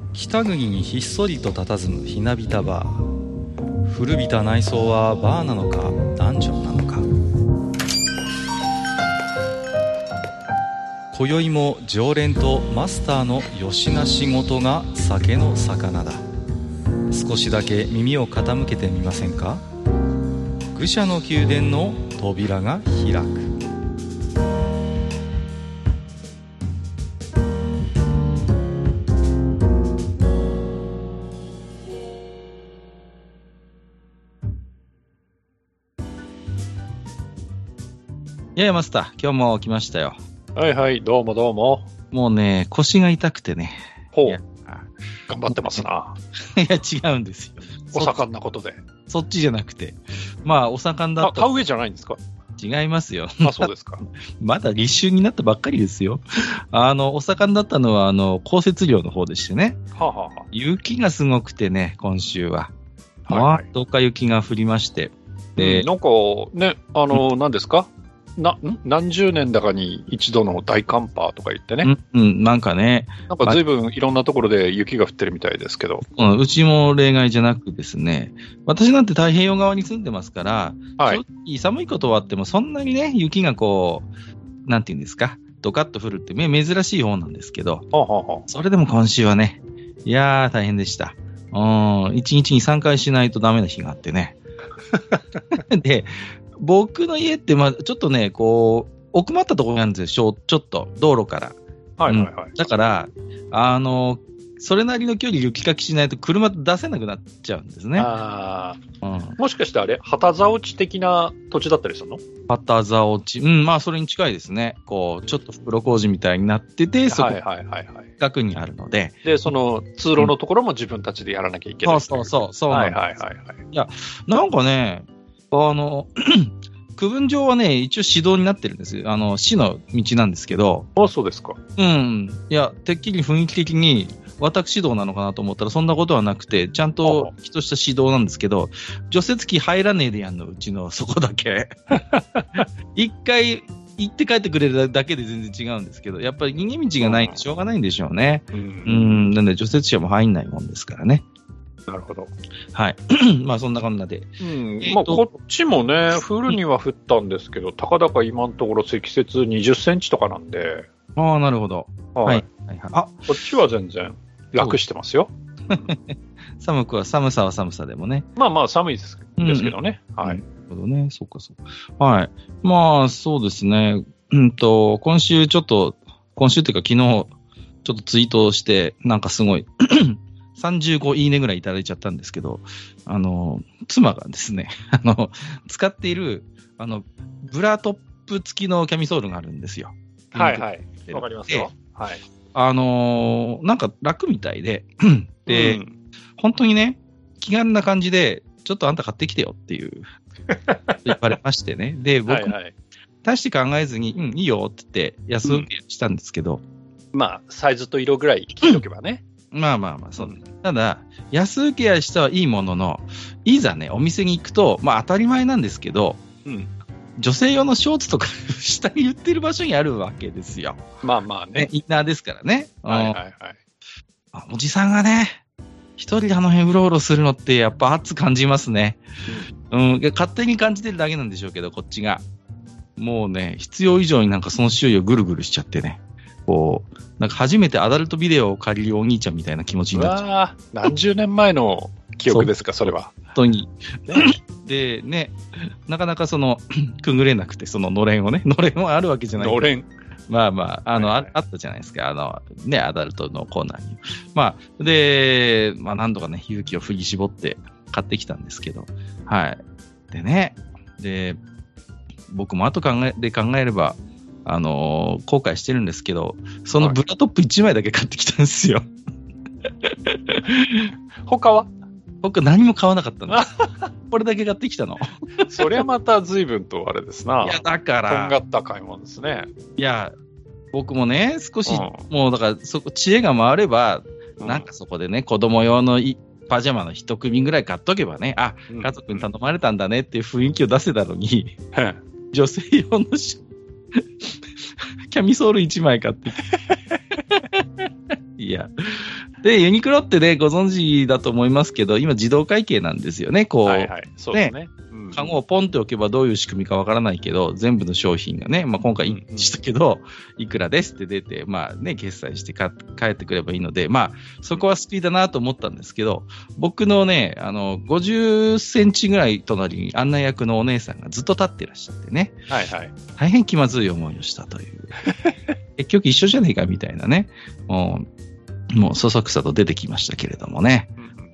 北国にひっそりと佇むひなびたバー。古びた内装はバーなのかダンジョンなのか。今宵も常連とマスターのよしな仕事が酒の魚だ。少しだけ耳を傾けてみませんか。愚者の宮殿の扉が開く。いやマスター、今日も来ましたよ。 はいはい、どうもどうも。 もうね、腰が痛くてね。 ほう。頑張ってますな。 いや、違うんですよ。 お盛んなことで。 そっちじゃなくて。まあ、お盛んだった。 田植えじゃないんですか？ 違いますよ。 あ、そうですか。 まだ立春になったばっかりですよ。お盛んだったのは、降雪量の方でしてね。 はあはあ、 雪がすごくてね、今週は。 はいはい、 どっか雪が降りまして。 で、なんかね、何ですか？何十年だかに一度の大寒波とか言ってね。 なんかね。 なんか随分いろんなところで雪が降ってるみたいですけど。 うちも例外じゃなくですね、私なんて太平洋側に住んでますから、はい、寒いことはあってもそんなにね、雪がこう、なんていうんですか、ドカッと降るって珍しい方なんですけど、それでも今週はね、いやー大変でした。1日に3回しないとダメな日があってね。で、僕の家って、ちょっとね、こう、奥まったところにあるんですよ、ちょっと、道路から。 はいはいはい。 だから、それなりの距離雪かきしないと車出せなくなっちゃうんですね。 もしかしてあれ、旗座落ち的な土地だったりするの？ 旗座落ち。それに近いですね。こう、ちょっと袋小路みたいになってて、そこ、近くにあるので。 で、その通路のところも自分たちでやらなきゃいけない。 そうなんです。 はい。 いや、なんかね、区分上はね、一応市道になってるんですよ。市の道なんですけど。 あ、そうですか。 いや、てっきり雰囲気的に、私道なのかなと思ったら、そんなことはなくて、ちゃんと人した市道なんですけど、除雪機入らねえでやんの、うちのそこだけ。一回行って帰ってくれるだけで全然違うんですけど、やっぱり逃げ道がないんでしょうがないんでしょうね。なんで除雪車も入んないもんですからね。 なるほど。 はい。そんなこんなで。 こっちもね、降るには降ったんですけど、たかだか今のところ積雪20センチとかなんで。 ああ、なるほど。はい。 こっちは全然楽してますよ。 寒さは寒さでもね。 寒いですけどね。はい。なるほどね。そうか。はい。そうですね。今週っていうか昨日、ちょっとツイートして、なんかすごい、35いいねぐらいいただいちゃったんですけど、妻がですね、使っている、ブラトップ付きのキャミソールがあるんですよ。 はいはい。わかりますよ。はい。 なんか楽みたいで、で、本当にね、気軽な感じで、ちょっとあんた買ってきてよっていう言われましてね。で、僕、大して考えずに、いいよって言って安請けしたんですけど。 サイズと色ぐらい聞いとけばね。 そう。ただ、安請け合いしたはいいものの、いざね、お店に行くと、当たり前なんですけど、女性用のショーツとか下に売ってる場所にあるわけですよ。 ね。 インナーですからね。おじさんがね、一人であの辺うろうろするのってやっぱ熱感じますね。勝手に感じてるだけなんでしょうけど、こっちが。もうね、必要以上になんかその周囲をぐるぐるしちゃってね。こう、なんか初めてアダルトビデオを借りるお兄ちゃんみたいな気持ちになっちゃう。 何十年前の記憶ですか、それは。 本当に。で、ね、なかなかくぐれなくて、そののれんはあるわけじゃない。 のれん。 あったじゃないですか。アダルトのコーナーに。で、何度かね、勇気を振り絞って買ってきたんですけど、はい。でね、僕も後考えれば、後悔してるんですけど、そのブラトップ1枚だけ買ってきたんですよ。 他は何も買わなかったんです。これだけ買ってきたの。 そりゃまた随分とあれですな。 いや、だから。 とんがった買い物ですね。 いや、僕もね、少し、もうだから、知恵が回れば、なんかそこでね、子供用のパジャマの一組ぐらい買っとけばね、家族に頼まれたんだねっていう雰囲気を出せたのに、女性用のキャミソール1枚買っていや、 で、ユニクロってね、ご存知だと思いますけど、今自動会計なんですよね、こう。 はいはい。そうですね。 カゴをポンって置けばどういう仕組みかわからないけど、全部の商品がね、まあ、今回したけど、いくらですって出て、まあね、決済して帰ってくればいいので、まあ、そこは救いだなと思ったんですけど、僕のね、50センチぐらい隣に案内役のお姉さんがずっと立ってらっしゃってね、 はいはい。 大変気まずい思いをしたという。結局一緒じゃねえかみたいなね、もうそそくさと出てきましたけれどもね。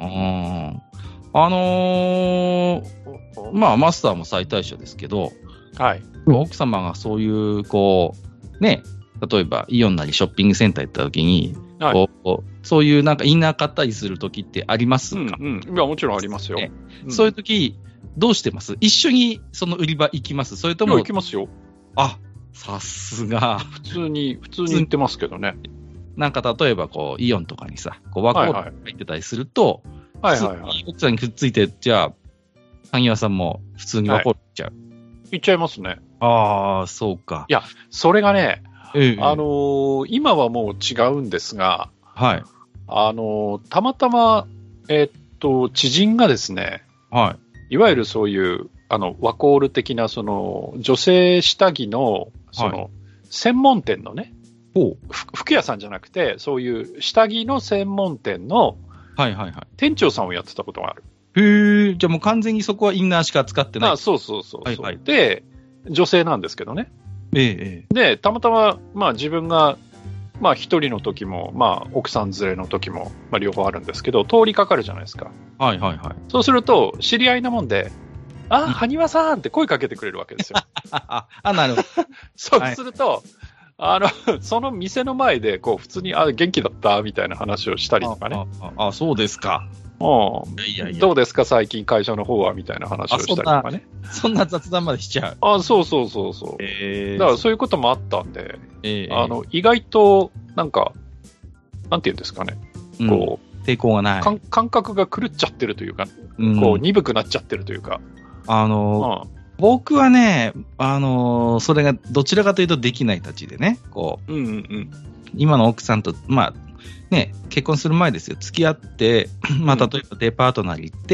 まあ、マスターも最大者ですけど、 はい。 奥様がそういう、こう、ね、例えばイオンなりショッピングセンター行った時に、 はい、 こうそういうなんかインナー買ったりする時ってありますか？ いや、もちろんありますよ。 そういう時、どうしてます？一緒にその売り場行きます？それとも。 行きますよ。 あ、さすが。 普通に行ってますけどね。 なんか例えばこう、イオンとかにさ、こうワコール入ってたりすると、 はいはいはい。 奥さんにくっついて、じゃあ、萩原さんも普通にワコール行っちゃう。 行っちゃいますね。 ああ、そうか。 いや、それがね、今はもう違うんですが、 はい。 たまたま、知人がですね、 はい。 いわゆるそういう、ワコール的な、その、女性下着の、その、専門店のね、服屋さんじゃなくて、そういう下着の専門店の、店長さんをやってたことがある。 へえ、じゃあもう完全にそこはインナーしか使ってない。 そう。はいはい、で、女性なんですけどね。で、たまたま、まあ自分が、まあ一人の時も、まあ奥さん連れの時も、まあ両方あるんですけど、通りかかるじゃないですか。そうすると、知り合いなもんで、埴輪さんって声かけてくれるわけですよ。 なるほど。 そうすると、その店の前で、こう、普通に、元気だったみたいな話をしたりとかね。 そうですか。 どうですか最近会社の方はみたいな話をしたりとかね。 そんな雑談までしちゃう。 そう。だからそういうこともあったんで、意外と、なんか、なんていうんですかね。こう、 抵抗がない。 感覚が狂っちゃってるというか、こう、鈍くなっちゃってるというか。 僕はね、それがどちらかというとできないたちでね、こう、今の奥さんと、まあ、ね、結婚する前ですよ、付き合って、まあ、例えばデパートなり行って、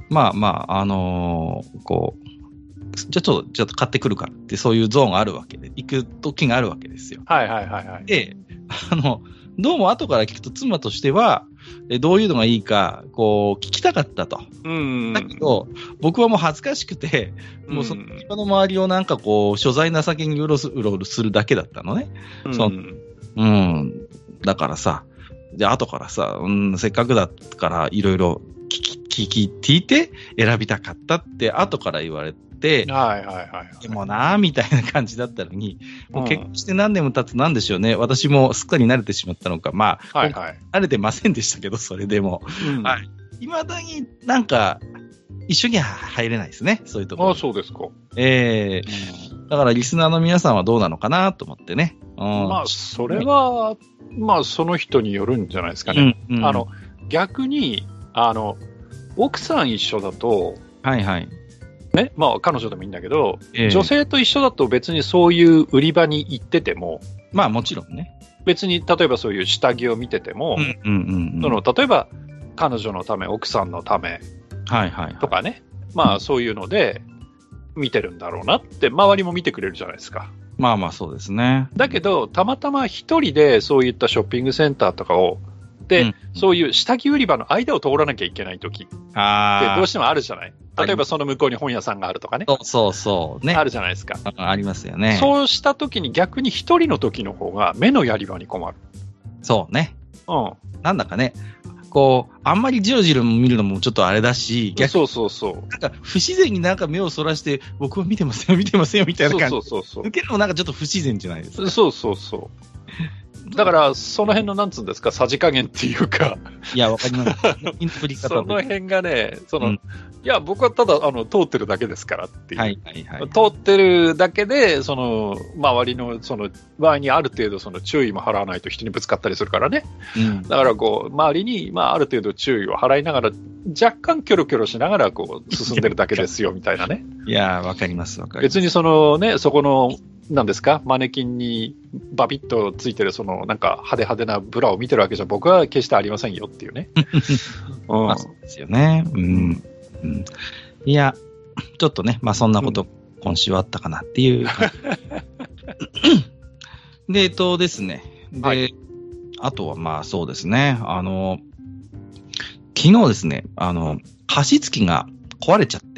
こう、ちょっと買ってくるからって、そういうゾーンがあるわけで、行く時があるわけですよ。で、どうも後から聞くと妻としては、どういうのがいいか、こう、聞きたかったと。だけど、僕はもう恥ずかしくて、もうその今の周りをなんかこう、所在情けにうろうろするだけだったのね。だからさ、じゃあ後からさ、せっかくだからいろいろ聞いて選びたかったって後から言われて、でもなぁ、みたいな感じだったのに、もう結婚して何年も経つなんでしょうね。私もすっかり慣れてしまったのか、まあ、慣れてませんでしたけど、それでも。未だになんか、一緒には入れないですね、そういうところ。 そうですか。 だからリスナーの皆さんはどうなのかなと思ってね。 まあ、それは、まあ、その人によるんじゃないですかね。逆に、奥さん一緒だと、ね、まあ、彼女でもいいんだけど、女性と一緒だと別にそういう売り場に行ってても、 まあ、もちろんね。 別に、例えばそういう下着を見てても、例えば、彼女のため、奥さんのため、とかね、まあ、そういうので、見てるんだろうなって、周りも見てくれるじゃないですか。 まあそうですね。 だけど、たまたま一人でそういったショッピングセンターとかを、で、そういう下着売り場の間を通らなきゃいけないときってどうしてもあるじゃない。例えばその向こうに本屋さんがあるとかね。 そうね。 あるじゃないですか。 ありますよね。 そうしたときに逆に一人のときの方が目のやり場に困る。 そうね。なんだかね。こう、あんまりじろじろ見るのもちょっとあれだし、 逆になんか不自然になんか目をそらして、僕は見てませんよみたいな感じ。受けるのもなんかちょっっと不自然じゃないですか。 だから、その辺のなんつうんですか、さじ加減っていうか。 いや、わかります。インプリ方その辺がね、いや、僕はただ、通ってるだけですからっていう。通ってるだけで、周りの、場合にある程度、注意も払わないと人にぶつかったりするからね。だから、こう、周りに、ある程度注意を払いながら、若干キョロキョロしながら、こう、進んでるだけですよ、みたいなね。 いや、わかります。 別にそこの、 なんですか、マネキンにバビッとついてる、なんか派手派手なブラを見てるわけじゃ僕は決してありませんよっていうね。 まあそうですよね。いや、ちょっとね、まあそんなこと、今週はあったかなっていう感じ。で、ですね。で、はい、あとはまあそうですね。昨日ですね、加湿器が壊れちゃって。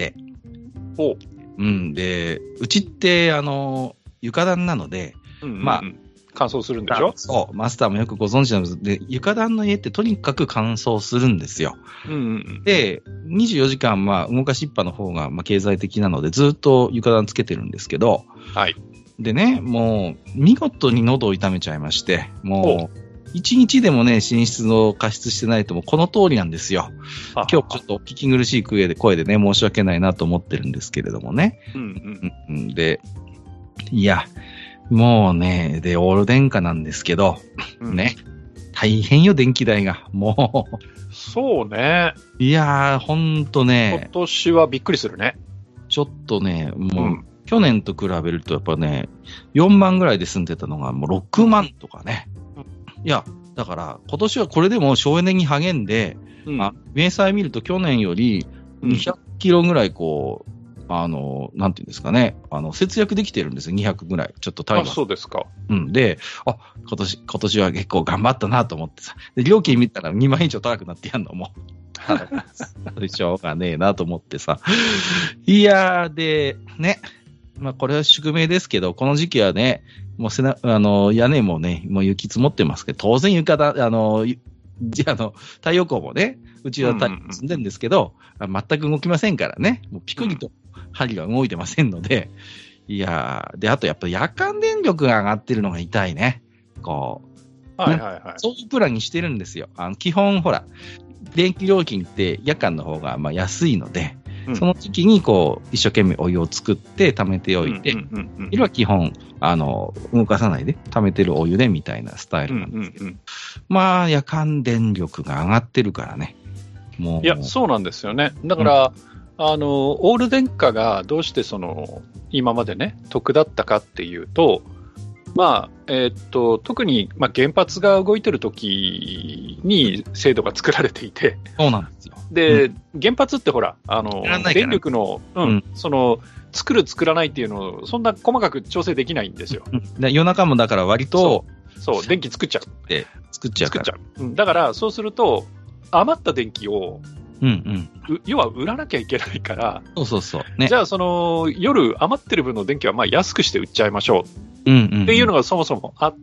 で、うちって、床暖なので、まあ、 乾燥するんでしょ？ そう、マスターもよくご存知なので、床暖の家ってとにかく乾燥するんですよ。で、24時間、まあ、動かしっぱの方が、まあ、経済的なので、ずっと床暖つけてるんですけど、 はい。 でね、もう、見事に喉を痛めちゃいまして、もう、一日でもね、寝室の加湿してないと、もうこの通りなんですよ。今日ちょっとお聞き苦しい声でね、申し訳ないなと思ってるんですけれどもね。で、いや、もうね、で、オール電化なんですけど、ね、大変よ、電気代が。もう。 そうね。 いやー、ほんとね。 今年はびっくりするね。 ちょっとね、もう、去年と比べるとやっぱね、4万ぐらいで住んでたのがもう6万とかね。いや、だから今年はこれでも省エネに励んで、明細見ると去年より200キロぐらいこう、なんていうんですかね、節約できてるんですよ、200ぐらい。ちょっと単位は。 そうですか。 で、今年は結構頑張ったなと思ってさ。で、料金見たら2万以上高くなってやんのも。それしょうがねえなと思ってさ。いやー、で、ね。まあ、これは宿命ですけど、この時期はね、もう屋根もね、もう雪積もってますけど、当然床だ、太陽光もね、うちは積んでるんですけど、全く動きませんからね。もうピクリと針が動いてませんので、いやー、で、あとやっぱ夜間電力が上がってるのが痛いね。こう。そういうプランにしてるんですよ。基本、ほら、電気料金って夜間の方がまあ安いので、その時期にこう、一生懸命お湯を作って貯めておいて、昼は基本、動かさないで貯めてるお湯でみたいなスタイルなんですけど、まあ、夜間電力が上がってるからね。もう。 いや、そうなんですよね。だから、オール電化がどうして今までね、得だったかっていうと、まあ、特に、まあ、原発が動いてる時に制度が作られていて。 そうなんですよ。 で、原発ってほら、電力の、作る作らないっていうのを、そんな細かく調整できないんですよ。 夜中もだから割と、 そう、電気作っちゃう。 作っちゃう。だから、そうすると、余った電気を、要は売らなきゃいけないから、 ね、 じゃあ夜余ってる分の電気はまあ安くして売っちゃいましょうっていうのがそもそもあって、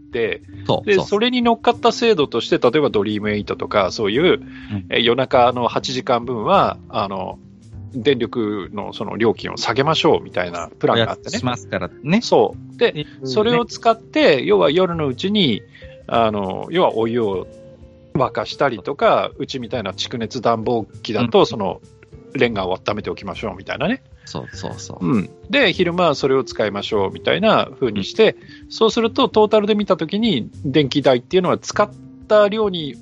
でそれに乗っかった制度として、例えばドリーム8とかそういう、夜中の8時間分は電力のその料金を下げましょうみたいなプランがあってね。 しますからね。 そうで、それを使って要は夜のうちに要はお湯を沸かしたりとか、うちみたいな蓄熱暖房機だと、レンガを温めておきましょうみたいなね。で、昼間はそれを使いましょうみたいな風にして、そうするとトータルで見たときに電気代っていうのは使った量に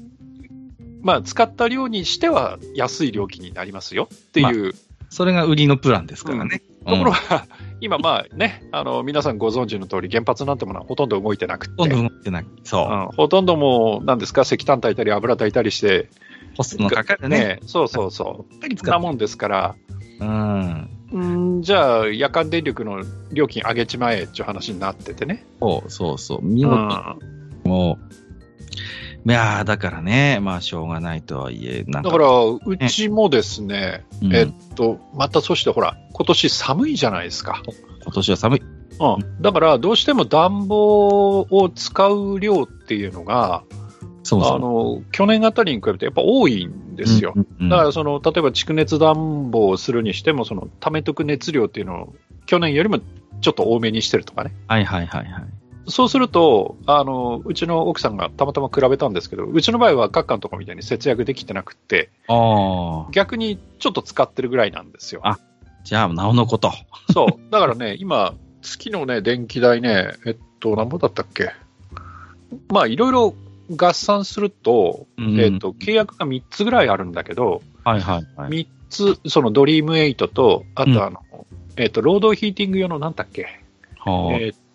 しては安い料金になりますよっていう。 それが売りのプランですからね。 ところが、今まあね、皆さんご存知の通り原発なんてものはほとんど動いてなくて。 ほとんど動いてない。 ほとんどもう、何ですか、石炭炊いたり油炊いたりして。 コストのかかるね。 そう。そんなもんですから。じゃあ、夜間電力の料金上げちまえっていう話になっててね。 そう。見事。もう。いやだからね、まあ、しょうがないとはいえ、 だから、うちもですね、またそしてほら、今年寒いじゃないですか。 今年は寒い。 だから、どうしても暖房を使う量っていうのが、去年あたりに比べてやっぱ多いんですよ。だから、例えば蓄熱暖房をするにしても、溜めとく熱量っていうのを、去年よりもちょっと多めにしてるとかね。そうすると、うちの奥さんがたまたま比べたんですけど、うちの場合は各館とかみたいに節約できてなくて、逆にちょっと使ってるぐらいなんですよ。 じゃあ、なおのこと。 そう。だからね、今、月のね、電気代ね、何ぼだったっけ？まあ、いろいろ合算すると、契約が3つぐらいあるんだけど、3つ、ドリーム8と、あとロードヒーティング用のなんだっけ？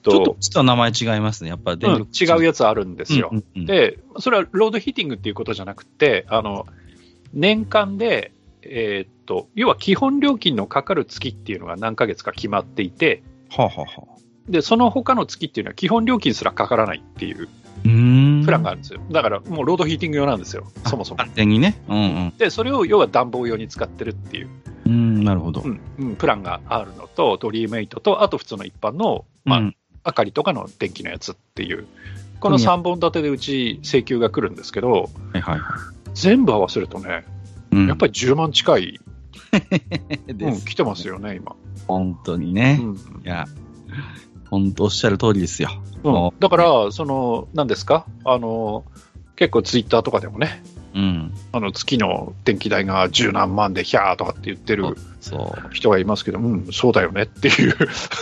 ちょっと実は名前違いますね。やっぱり電力、 違うやつあるんですよ。で、それはロードヒーティングっていうことじゃなくて、年間で、要は基本料金のかかる月っていうのが何ヶ月か決まっていて、で、その他の月っていうのは基本料金すらかからないっていうプランがあるんですよ。だからもうロードヒーティング用なんですよ、そもそも。 勝手にね。 で、それを要は暖房用に使ってるっていう。 なるほど。 プランがあるのと、ドリーメイトと、あと普通の一般の、明かりとかの電気のやつっていう、この3本立てでうち請求が来るんですけど、全部合わせるとね、やっぱり10万近い、来てますよね、今。 本当にね。いや、本当おっしゃる通りですよ。 だから、何ですか、結構ツイッターとかでもね、月の電気代が10何万でヒャーとかって言ってる人がいますけど、そうだよねっていう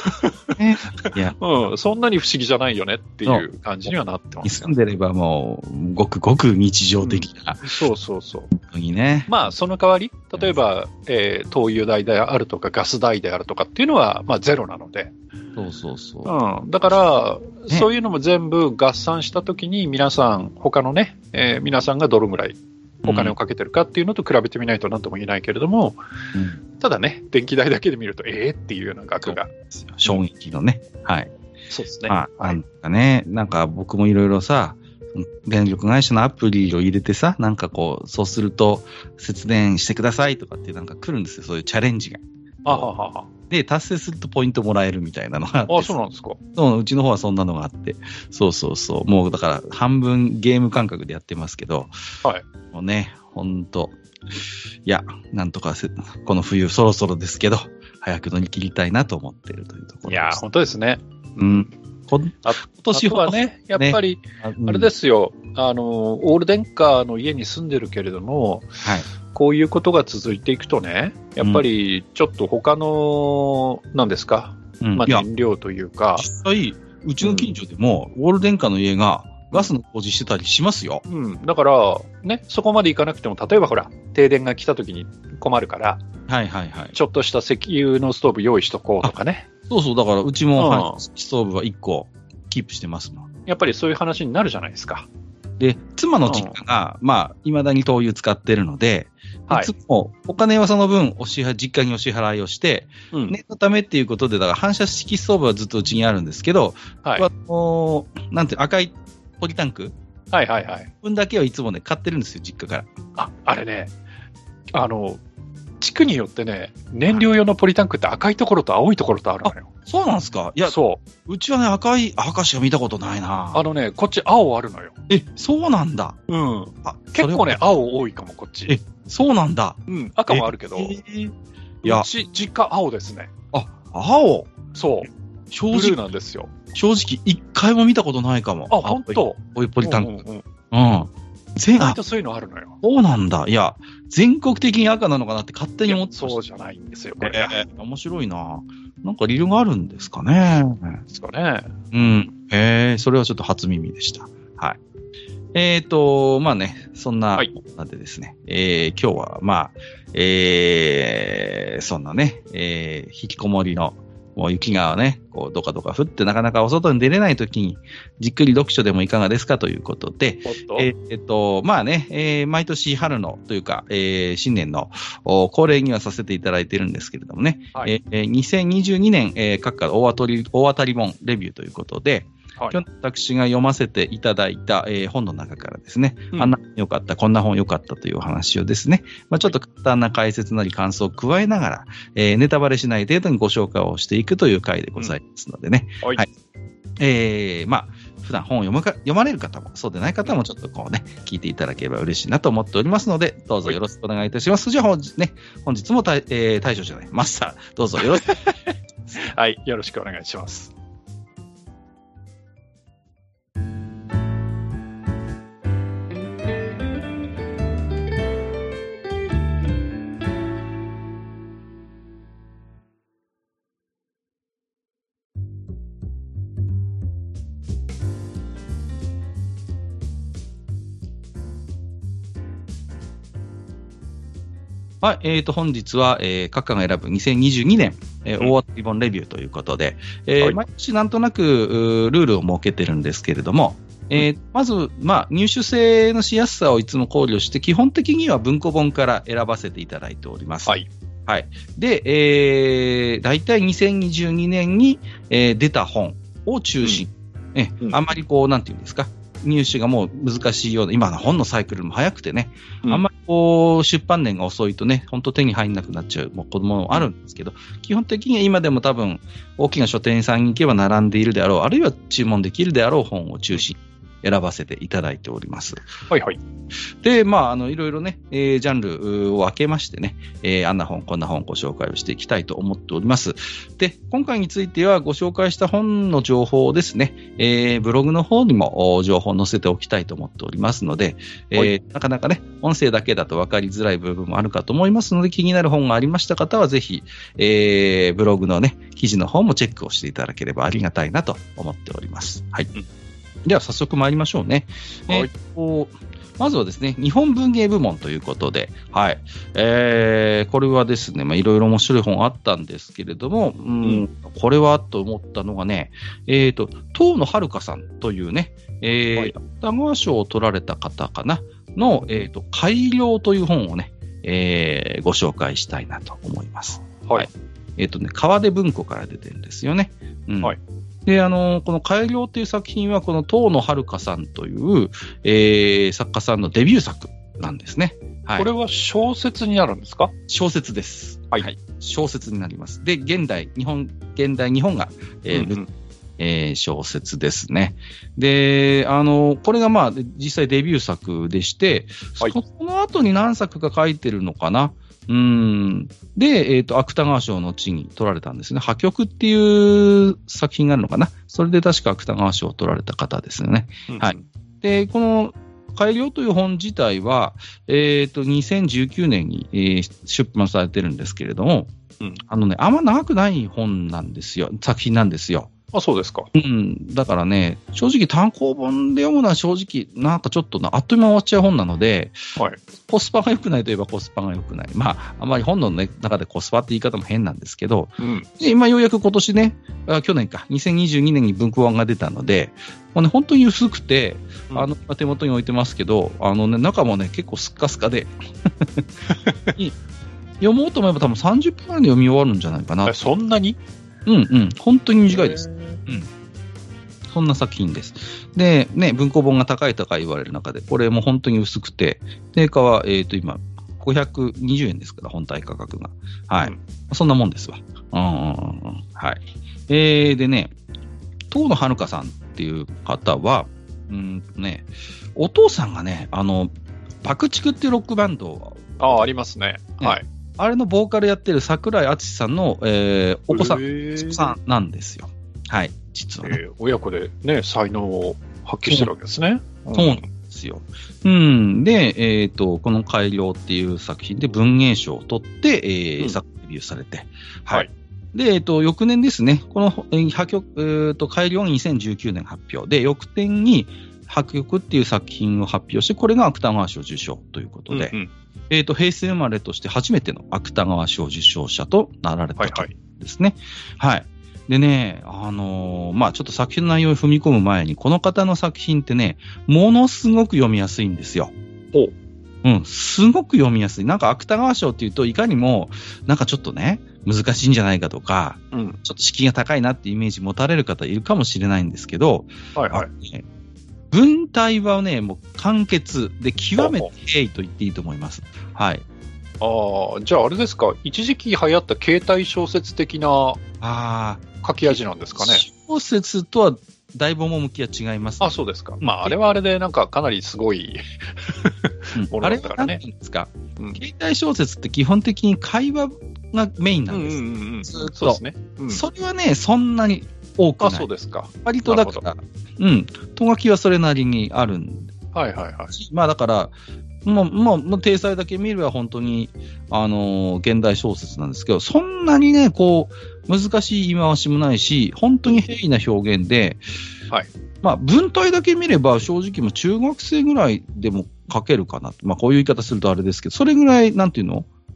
そんなに不思議じゃないよねっていう感じにはなってます、ね。 住んでればもう、ごくごく日常的な。 そうそうそう。 本当にね。 まあ、その代わり、例えば、灯油代であるとか、ガス代であるとかっていうのは、ゼロなので。だから、そういうのも全部合算したときに、皆さん、他のね、皆さんがどのぐらいお金をかけてるかっていうのと比べてみないと何とも言えないけれども、ただね、電気代だけで見ると、っていうような額が。 衝撃のね。はい。 そうですね。 なんか僕もいろいろさ、電力会社のアプリを入れてさ、なんかこう、そうすると節電してくださいとかってなんか来るんですよ、そういうチャレンジが。で、達成するとポイントもらえるみたいなのがあって。 そうなんですか。 うちの方はそんなのがあって。もうだから半分ゲーム感覚でやってますけど。もうね、ほんと。いや、なんとかこの冬そろそろですけど、早く乗り切りたいなと思っているというところです。 いや、本当ですね。 今年はね、やっぱり、あれですよ、オール電化の家に住んでるけれども、こういうことが続いていくとね、やっぱりちょっと他の、何ですか、燃料というか。 実際、うちの近所でも、オール電化の家がガスの工事してたりしますよ。 だから、ね、そこまでいかなくても、例えばほら、停電が来た時に困るから、ちょっとした石油のストーブ用意しとこうとかね。 だからうちも、ストーブは1個キープしてますもん。 やっぱりそういう話になるじゃないですか。 で、妻の実家が、未だに灯油使ってるので、いつもお金はその分実家にお支払いをして、念のためっていうことで、だから反射式ストーブはずっとうちにあるんですけど、なんて赤いポリタンク分だけはいつもね、買ってるんですよ、実家から。 あれね、地区によってね、燃料用のポリタンクって赤いところと青いところとあるのよ。 そうなんですか？いや、うちはね、赤しか見たことないな。 こっち青あるのよ。 そうなんだ。 結構ね、青多いかも、こっち。 そうなんだ。 赤もあるけど、うち、実家青ですね。 青？ そう。ブルーなんですよ。 正直、一回も見たことないかも。 本当？ こういうポリタンク。 意外とそういうのあるのよ。 そうなんだ。いや、全国的に赤なのかなって勝手に思ってました。 そうじゃないんですよ、これ。 面白いな。なんか理由があるんですかね。 ですかね。 それはちょっと初耳でした。はい。そんな、なんでですね、今日は、そんなね、引きこもりの、もう雪がね、こう、どかどか降ってなかなかお外に出れないときに、じっくり読書でもいかがですかということで、毎年春のというか、新年の恒例にはさせていただいているんですけれどもね、2022年、各家大当たり本レビューということで、今日私が読ませていただいた、本の中からですね、あんな本良かった、こんな本良かったというお話をですね、ちょっと簡単な解説なり感想を加えながら、ネタバレしない程度にご紹介をしていくという回でございますのでね。普段本を読まれる方も、そうでない方もちょっとこうね、聞いていただければ嬉しいなと思っておりますので、どうぞよろしくお願いいたします。じゃあ本日も大将じゃない、マスター、どうぞよろしく。 はい、よろしくお願いします。 はい、本日は、各家が選ぶ2022年、大当たり本レビューということで、毎年なんとなくルールを設けてるんですけれども、まず、入手性のしやすさをいつも考慮して、基本的には文庫本から選ばせていただいております。はい。はい。で、大体2022年に、出た本を中心。あんまりなんていうんですか、入手がもう難しいような、今の本のサイクルも早くてね、あんまり出版年が遅いとね、本当手に入んなくなっちゃうものもあるんですけど、基本的には今でも多分、大きな書店さんに行けば並んでいるであろう、あるいは注文できるであろう本を中心に選ばせていただいております。はいはい。で、いろいろね、ジャンルを分けましてね、あんな本、こんな本ご紹介をしていきたいと思っております。で、今回についてはご紹介した本の情報をですね、ブログの方にも情報を載せておきたいと思っておりますので、なかなかね、音声だけだと分かりづらい部分もあるかと思いますので、気になる本がありました方はぜひ、ブログのね、記事の方もチェックをしていただければありがたいなと思っております。はい。では早速参りましょうね。まずはですね、日本文芸部門ということで、はい。これはですね、いろいろ面白い本あったんですけれども、これはと思ったのがね、遠野遥さんというね、芥川賞を取られた方かな、の、改良という本をね、ご紹介したいなと思います。はい。川出文庫から出てるんですよね。はい。で、この改良という作品は、この遠野遥さんという、作家さんのデビュー作なんですね。はい。これは小説になるんですか？ 小説です。はい。小説になります。で、現代日本が、小説ですね。で、これが実際デビュー作でして、その後に何作か書いてるのかな。で、芥川賞の後に取られたんですね。破局っていう作品があるのかな。それで確か芥川賞を取られた方ですよね。はい。で、この改良という本自体は、2019年に、出版されてるんですけれども、あんま長くない本なんですよ。作品なんですよ。 あ、そうですか。 だからね、正直単行本で読むのは正直、なんかちょっとあっという間終わっちゃう本なので、コスパが良くないといえばコスパが良くない。あんまり本の、中でコスパって言い方も変なんですけど、で今ようやく今年ね、去年か、2022年に文庫版が出たので、本当に薄くて、手元に置いてますけど、中もね、結構スッカスカで、読もうと思えば多分30分ぐらいで読み終わるんじゃないかな。 そんなに？ 本当に短いです。そんな作品です。で、ね、文庫本が高い言われる中で、これも本当に薄くて、定価は、今、520円ですから、本体価格が。はい。そんなもんですわ。はい。でね、遠野遥さんっていう方は、お父さんがね、爆竹っていうロックバンドありますね。はい。 あれのボーカルやってる桜井敦さんの、お子さんなんですよ。はい、実は、ね。 親子でね、才能を発揮してるわけですね。 そうなんですよ。で、この改良っていう作品で文芸賞を取って、作デビューされて。はい。で、翌年ですね、この、改良が2019年発表で、翌年に破局っていう作品を発表して、これが芥川賞受賞ということで、平成生まれとして初めての芥川賞受賞者となられたとですね。はい。でね、ちょっと作品の内容に踏み込む前に、この方の作品ってね、ものすごく読みやすいんですよ。すごく読みやすい。なんか芥川賞っていうと、いかにも、なんかちょっとね、難しいんじゃないかとか、ちょっと敷居が高いなってイメージ持たれる方いるかもしれないんですけど、文体はね、もう簡潔で極めて平易と言っていいと思います。はい。 じゃああれですか、一時期流行った携帯小説的な書き味なんですかね。 小説とはだいぶ趣は違います、 ね。そうですか。あれはあれでなんかかなりすごいものだったからね。 あれは何て言うんですか、携帯小説って基本的に会話がメインなんです。 そうですね。 それはね、そんなに多くない。 そうですか。 割とだから、とがきはそれなりにあるんで。だから、もう、体裁だけ見れば本当に、現代小説なんですけど、そんなにね、難しい言い回しもないし、本当に平易な表現で、文体だけ見れば正直も中学生ぐらいでも書けるかな。こういう言い方するとあれですけど、それぐらい、なんていうの？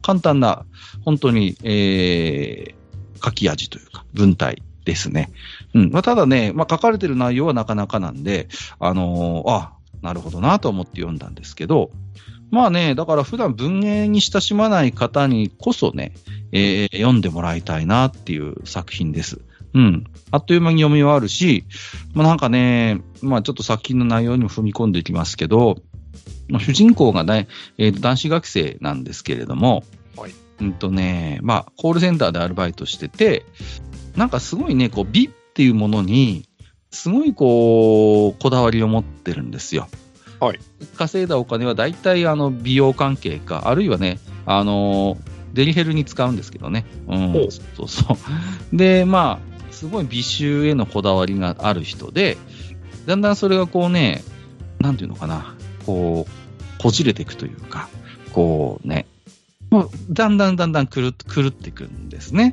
簡単な、本当に、書き味というか、文体ですね。まあ、ただね、まあ、書かれてる内容はなかなかなんで、なるほどなと思って読んだんですけど、まあね、だから普段文芸に親しまない方にこそね、読んでもらいたいなっていう作品です。あっという間に読み終わるし、まあなんかね、まあちょっと作品の内容にも踏み込んでいきますけど、主人公がね、男子学生なんですけれども、 はい。 まあコールセンターでアルバイトしてて、なんかすごいね、こう美っていうものに、すごいこだわりを持ってるんですよ。 はい。 稼いだお金は大体美容関係か、あるいはね、デリヘルに使うんですけどね。そうそう。で、まあ、すごい美醜へのこだわりがある人で、だんだんそれがこうね、なんていうのかな、こじれていくというか、こうね、もうだんだん狂っていくんですね。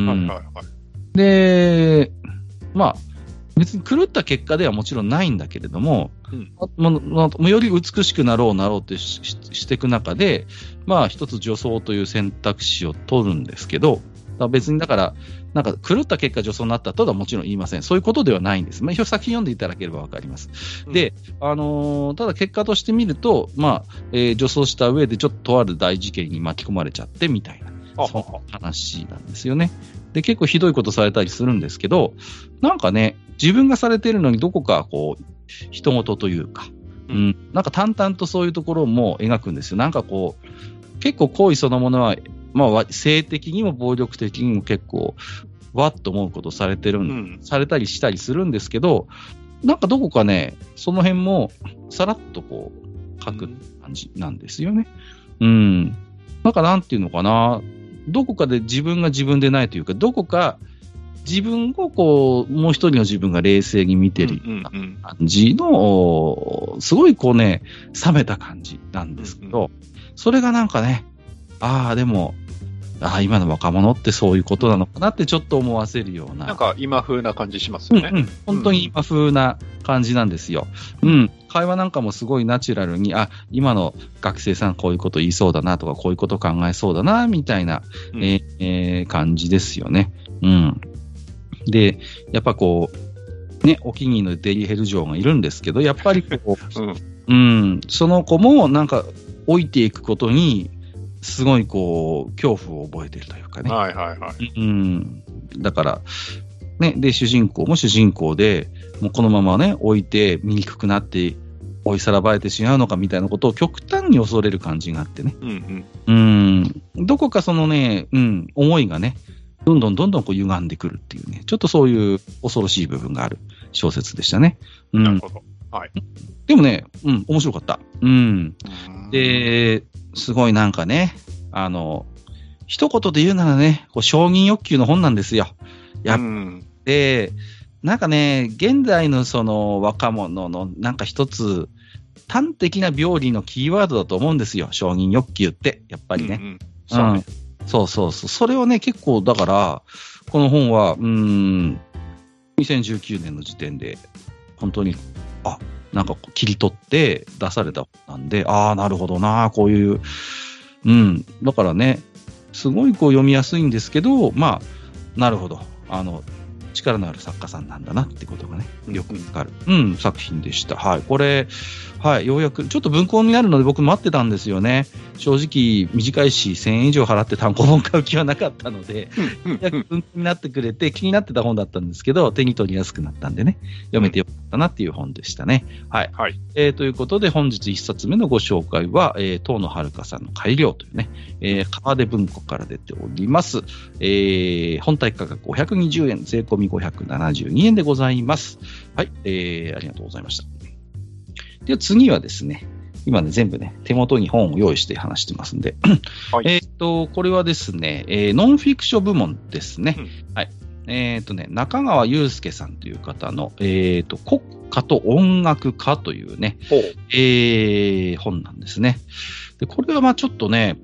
で、まあ、別に狂った結果ではもちろんないんだけれども、より美しくなろうってしていく中で、まあ一つ女装という選択肢を取るんですけど、別にだから、なんか狂った結果女装になったとはもちろん言いません。そういうことではないんです。まあ、作品読んでいただければわかります。で、ただ結果として見ると、まあ、女装した上でちょっととある大事件に巻き込まれちゃってみたいな、その話なんですよね。で、結構ひどいことされたりするんですけど、なんかね、自分がされているのにどこかこう、人事というか、なんか淡々とそういうところも描くんですよ。なんかこう、結構行為そのものは、まあ、性的にも暴力的にも結構、わっと思うことされてる、されたりしたりするんですけど、なんかどこかね、その辺も、さらっとこう、書く感じなんですよね。なんかなんていうのかな、どこかで自分が自分でないというか、どこか自分をこう、もう一人の自分が冷静に見てる感じの、すごいこうね、冷めた感じなんですけど、それがなんかね、でも、今の若者ってそういうことなのかなってちょっと思わせるような。 なんか今風な感じしますよね。 本当に今風な感じなんですよ。会話なんかもすごいナチュラルに、今の学生さんこういうこと言いそうだなとか、こういうこと考えそうだな、みたいな、感じですよね。で、やっぱこう、ね、お気に入りのデリヘル嬢がいるんですけど、やっぱりこう、その子もなんか置いていくことに、すごいこう、恐怖を覚えているというかね。だから、ね、で、主人公も主人公で、もうこのままね、置いて醜くなって、追いさらばれてしまうのかみたいなことを極端に恐れる感じがあってね。どこかそのね、思いがね、どんどんこう歪んでくるっていうね、ちょっとそういう恐ろしい部分がある小説でしたね。 なるほど。はい。 でもね、面白かった。で、すごいなんかね、一言で言うならね、こう承認欲求の本なんですよ。で、なんかね、現代のその若者のなんか一つ、端的な病理のキーワードだと思うんですよ。承認欲求って、やっぱりね。そう。それをね、結構、だから、この本は、2019年の時点で、本当に、なんか切り取って出された本なんで、なるほどな、こういう、だからね、すごいこう読みやすいんですけど、まあ、なるほど、力のある作家さんなんだなってことがね、よくわかる、作品でした。はい、これ、ようやく、ちょっと文庫になるので僕待ってたんですよね。正直、短いし、1000円以上払って単行本買う気はなかったので、文庫になってくれて気になってた本だったんですけど、手に取りやすくなったんでね、読めてよかったなっていう本でしたね。ということで、本日1冊目のご紹介は、遠野遥さんの改良というね、川出文庫から出ております。本体価格520円、税込み572円でございます。ありがとうございました。では次はですね、今ね、全部ね、手元に本を用意して話してますんで、これはですね、ノンフィクション部門ですね。中川祐介さんという方の、国家と音楽家というね、本なんですね。で、これはまあちょっとね、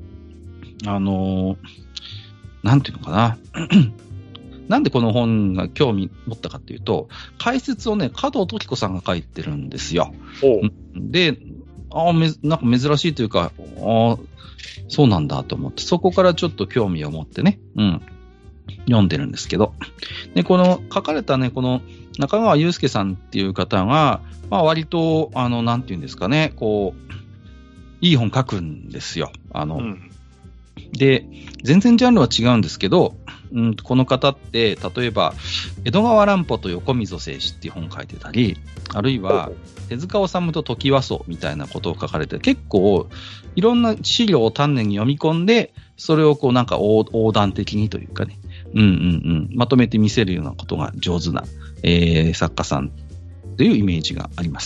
なんていうのかな。なんでこの本が興味持ったかっていうと、解説をね、加藤時子さんが書いてるんですよ。で、なんか珍しいというか、 そうなんだと思って、そこからちょっと興味を持ってね、読んでるんですけど。で、この書かれたね、この中川祐介さんっていう方が、割と、なんていうんですかね、いい本書くんですよ。で、全然ジャンルは違うんですけど、この方って、例えば、江戸川乱歩と横溝正史っていう本を書いてたり、あるいは、手塚治虫とトキワ荘みたいなことを書かれて、結構、いろんな資料を丹念に読み込んで、それをなんか横断的にというかね、まとめて見せるようなことが上手な、作家さんというイメージがあります。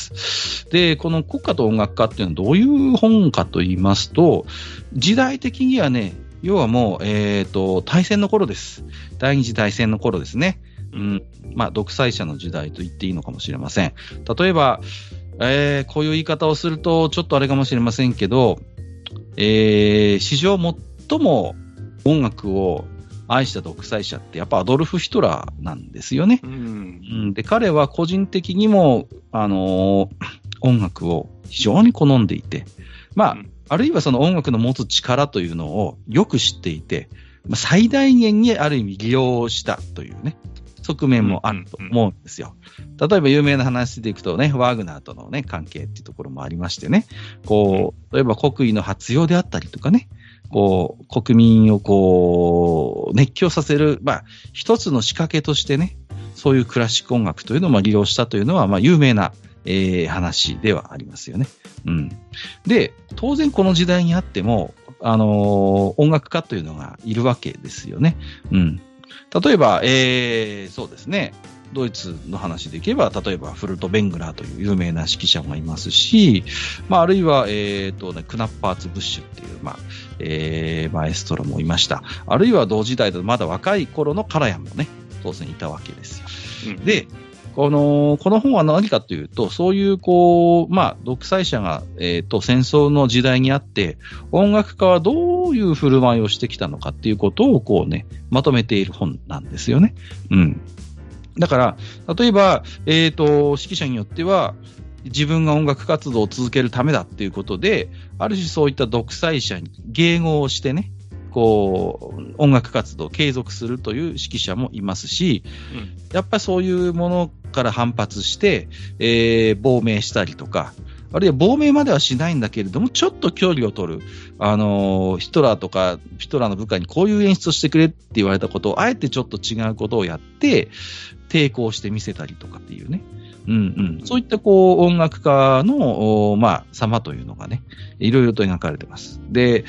で、この国家と音楽家っていうのはどういう本かと言いますと、時代的にはね、要はもう、大戦の頃です。第二次大戦の頃ですね。独裁者の時代と言っていいのかもしれません。例えば、こういう言い方をするとちょっとあれかもしれませんけど、史上最も音楽を愛した独裁者ってやっぱアドルフ・ヒトラーなんですよね。で、彼は個人的にも、音楽を非常に好んでいて、あるいはその音楽の持つ力というのをよく知っていて、最大限にある意味利用したというね、側面もあると思うんですよ。例えば有名な話でいくとね、ワーグナーとのね、関係っていうところもありましてね、例えば国威の発揚であったりとかね、国民を熱狂させる、一つの仕掛けとしてね、そういうクラシック音楽というのを利用したというのは、有名な、話ではありますよね。で、当然この時代にあっても、音楽家というのがいるわけですよね。例えば、そうですね。ドイツの話でいけば、例えばフルト・ベングラーという有名な指揮者もいますし、あるいは、クナッパーツ・ブッシュっていう、マエストロもいました。あるいは同時代でまだ若い頃のカラヤンもね、当然いたわけですよ。で、この本は何かというと、そういう独裁者が、戦争の時代にあって、音楽家はどういう振る舞いをしてきたのかっていうことをまとめている本なんですよね。だから、例えば、指揮者によっては、自分が音楽活動を続けるためだっていうことで、ある種そういった独裁者に迎合をしてね、音楽活動を継続するという指揮者もいますし、やっぱりそういうものから反発して、亡命したりとか、あるいは亡命まではしないんだけれども、ちょっと距離を取る、ヒトラーとか、ヒトラーの部下にこういう演出をしてくれって言われたことを、あえてちょっと違うことをやって、抵抗してみせたりとかっていうね。そういった音楽家の、様というのがね、いろいろと描かれてます。で、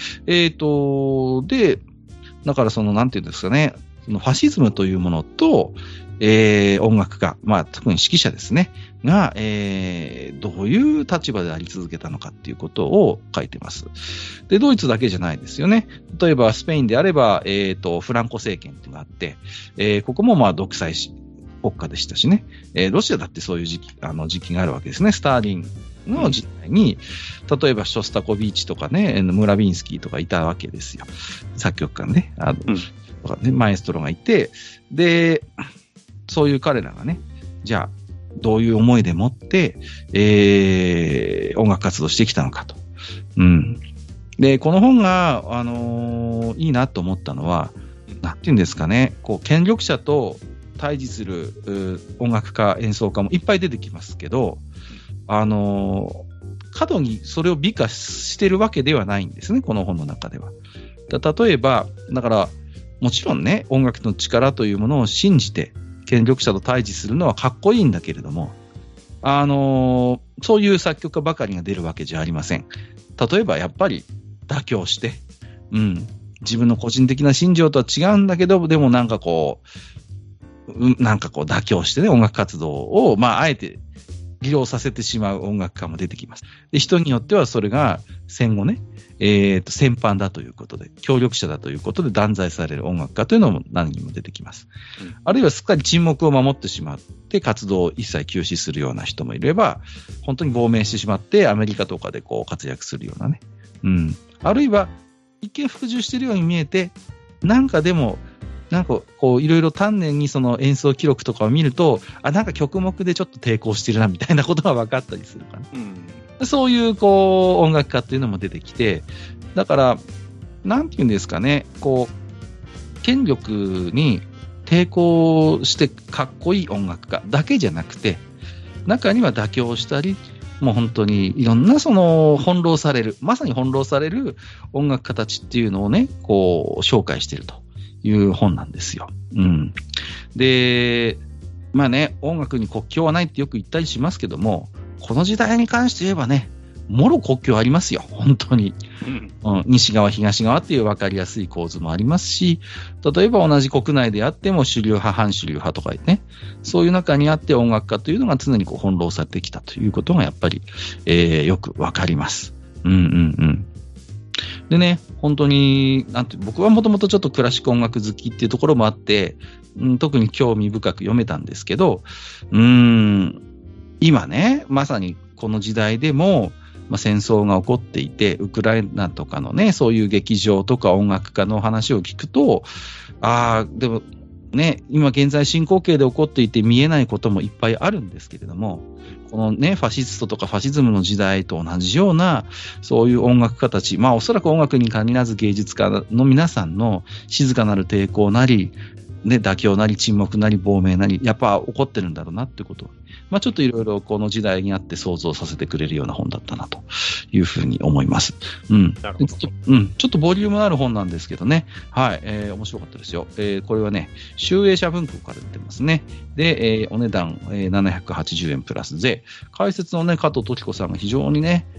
だからなんていうんですかね、そのファシズムというものと、音楽家、特に指揮者ですね、が、どういう立場であり続けたのかっていうことを書いてます。で、ドイツだけじゃないですよね。例えば、スペインであれば、フランコ政権っていうのがあって、ここも独裁国家でしたしね。ロシアだってそういう時期があるわけですね。スターリンの時代に、例えばショスタコビーチとかね、ムラビンスキーとかいたわけですよ。作曲家ね。マエストロがいて、で、そういう彼らがね、じゃあ、どういう思いでもって、音楽活動してきたのかと。で、この本が、いいなと思ったのは、なんていうんですかね、権力者と対峙する音楽家、演奏家もいっぱい出てきますけど、過度にそれを美化してるわけではないんですね、この本の中では。例えば、だから、もちろんね、音楽の力というものを信じて、権力者と対峙するのはかっこいいんだけれども、そういう作曲家ばかりが出るわけじゃありません。例えば、やっぱり妥協して、自分の個人的な信条とは違うんだけど、でも妥協してね、音楽活動を、あえて利用させてしまう音楽家も出てきます。で、人によってはそれが戦後ね、戦犯だということで、協力者だということで断罪される音楽家というのも何人も出てきます。あるいはすっかり沈黙を守ってしまって活動を一切休止するような人もいれば、本当に亡命してしまってアメリカとかで活躍するようなね。あるいは一見服従しているように見えて、でも、いろいろ丹念にその演奏記録とかを見ると、曲目でちょっと抵抗してるなみたいなことが分かったりするかな。そういう音楽家っていうのも出てきて、だから、 なんていうんですかね、こう、権力に抵抗してかっこいい音楽家だけじゃなくて、中には妥協したり、もう本当にいろんな翻弄される、まさに翻弄される音楽家たちっていうのをね、こう紹介しているという本なんですよ。うん。で、まあね、音楽に国境はないってよく言ったりしますけども、この時代に関して言えばね、もろ国境ありますよ、本当に。西側、東側っていう分かりやすい構図もありますし、例えば同じ国内であっても主流派、反主流派とかね、そういう中にあって音楽家というのが常にこう翻弄されてきたということがやっぱり、よく分かります。でね、本当に僕はもともとちょっとクラシック音楽好きっていうところもあって、特に興味深く読めたんですけど、今ね、まさにこの時代でも、戦争が起こっていて、ウクライナとかのね、そういう劇場とか音楽家の話を聞くと、でもね、今現在進行形で起こっていて見えないこともいっぱいあるんですけれども、このね、ファシストとかファシズムの時代と同じような、そういう音楽家たち、おそらく音楽に限らず芸術家の皆さんの静かなる抵抗なり、ね、妥協なり沈黙なり亡命なり、やっぱ起こってるんだろうなってことを、ちょっといろいろこの時代にあって想像させてくれるような本だったなというふうに思います。ちょっとボリュームのある本なんですけどね。はい、面白かったですよ。これはね、集英社文庫から出てますね。で、お値段、780円プラス税。解説のね、加藤時子さんが非常にね、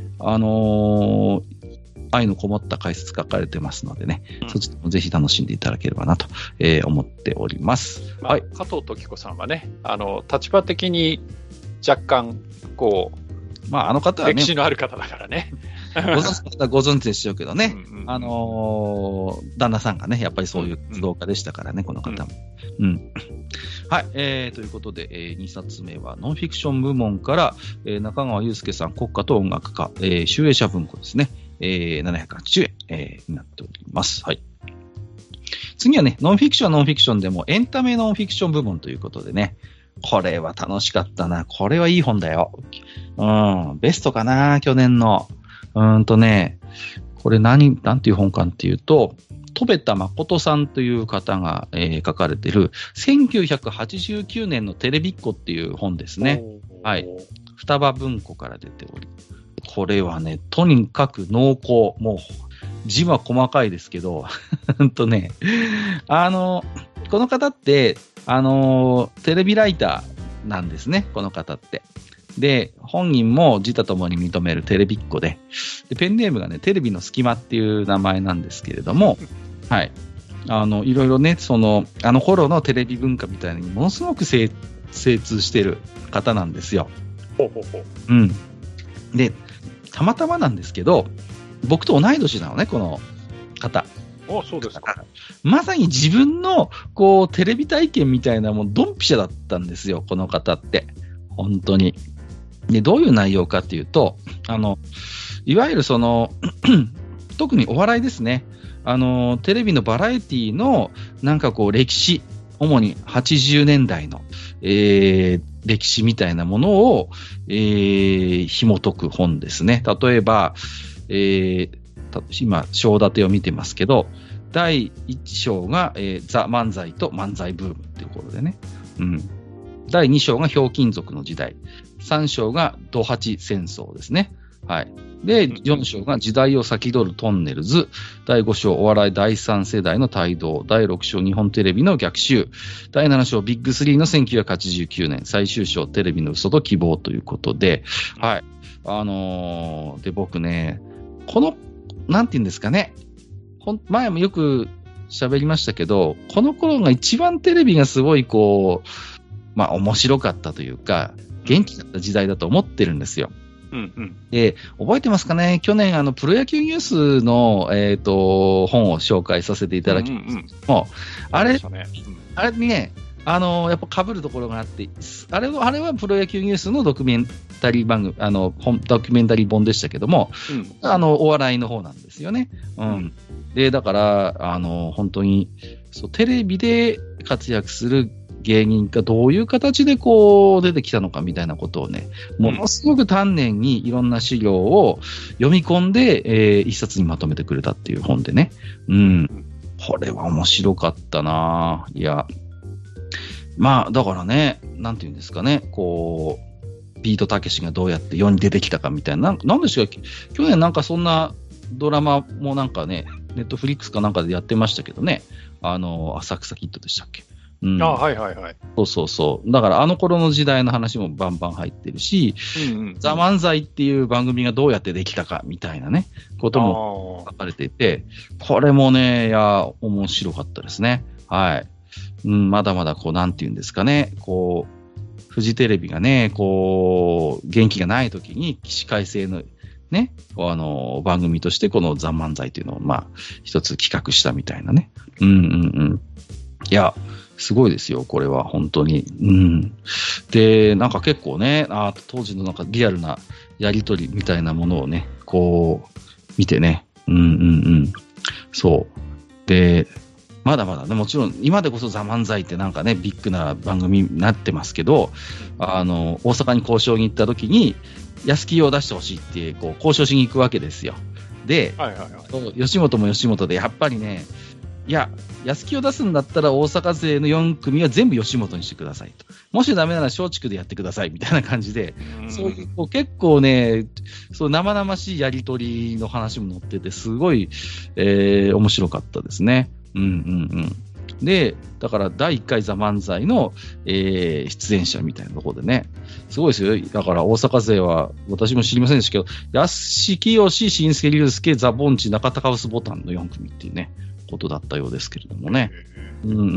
愛のこもった解説書かれてますのでね、そちらもぜひ楽しんでいただければなと、思っております。 はい。加藤時子さんはね、立場的に若干、こう、 あの方はね、 歴史のある方だからね。 ご存知でしょうけどね、旦那さんがね、やっぱりそういう活動家でしたからね、この方も。はい、ということで、2冊目はノンフィクション部門から、中川祐介さん、国家と音楽家、集英社文庫ですね。780円、になっております。はい。次はね、ノンフィクションはノンフィクションでもエンタメノンフィクション部門ということでね、これは楽しかったな。これはいい本だよ。ベストかな、去年の。これなんていう本かっていうと、戸部田誠さんという方が、書かれている1989年のテレビっ子っていう本ですね。はい。双葉文庫から出ており、これはね、とにかく濃厚。もう、字は細かいですけど、この方って、テレビライターなんですね、この方って。で、本人も自他ともに認めるテレビっ子で、ペンネームがね、テレビの隙間っていう名前なんですけれども、はい。いろいろね、あの頃のテレビ文化みたいにものすごく精通してる方なんですよ。で、たまたまなんですけど、僕と同い年なのね、この方。 そうですか。 まさに自分の、こう、テレビ体験みたいなもん、ドンピシャだったんですよ、この方って。本当に。で、どういう内容かっていうと、いわゆる特にお笑いですね。テレビのバラエティの、歴史、主に80年代の、歴史みたいなものを、紐解く本ですね。例えば、今、章立てを見てますけど、第1章が、ザ・漫才と漫才ブームっていうことでね。第2章がひょうきん族の時代。3章がド8戦争ですね。はい。で、4章が時代を先取るトンネルズ。第5章お笑い第3世代の帯同。第6章日本テレビの逆襲。第7章ビッグ3の1989年。最終章テレビの嘘と希望ということで。はい。で、僕ね、なんて言うんですかね。前もよく喋りましたけど、この頃が一番テレビがすごい面白かったというか、元気だった時代だと思ってるんですよ。で、覚えてますかね、去年プロ野球ニュースの、本を紹介させていただきましたけども、あれにね、やっぱ被るところがあって、あれはプロ野球ニュースのドキュメンタリー番組、ドキュメンタリー本でしたけども、お笑いの方なんですよね。で、だから、本当に、テレビで活躍する芸人がどういう形でこう出てきたのかみたいなことをね、ものすごく丹念にいろんな資料を読み込んで、一冊にまとめてくれたっていう本でね。うん。これは面白かったなぁ。いや。まあ、だからね、なんていうんですかね、こう、ビートたけしがどうやって世に出てきたかみたいな、なんでしょうか、去年なんかそんなドラマもなんかね、ネットフリックスかなんかでやってましたけどね、浅草キッドでしたっけ。うん、 はいはいはい。 そうそうそう。だからあの頃の時代の話もバンバン入ってるし、ザ・漫才っていう番組がどうやってできたかみたいなね、ことも書かれていて、これもね、いや、面白かったですね。はい。うん、まだまだこう、なんていうんですかね、こう、フジテレビがね、こう、元気がない時に起死回生のね、番組としてこのザ・漫才というのを、まあ、一つ企画したみたいなね。うんうんうん。いや、すごいですよ、これは、本当に。うん。で、なんか結構ね、当時のなんかリアルなやりとりみたいなものをね、こう、見てね。うんうんうん。そう。で、まだまだね、もちろん、今でこそザ・漫才ってなんかね、ビッグな番組になってますけど、大阪に交渉に行った時に、安木を出してほしいって、こう、交渉しに行くわけですよ。で、吉本も吉本で、やっぱりね、いや、安木を出すんだったら大阪勢の4組は全部吉本にしてくださいと。もしダメなら松竹でやってくださいみたいな感じで、そういうこう結構ね、そう生々しいやりとりの話も載ってて、すごい、面白かったですね。うんうんうん。で、だから第1回ザ・漫才の、出演者みたいなところでね、すごいですよ。だから大阪勢は、私も知りませんでしたけど、安木清、新助竜介、ザ・ボンチ、中田カウスボタンの4組っていうね、ことだったようですけれどもね。うんうんうん。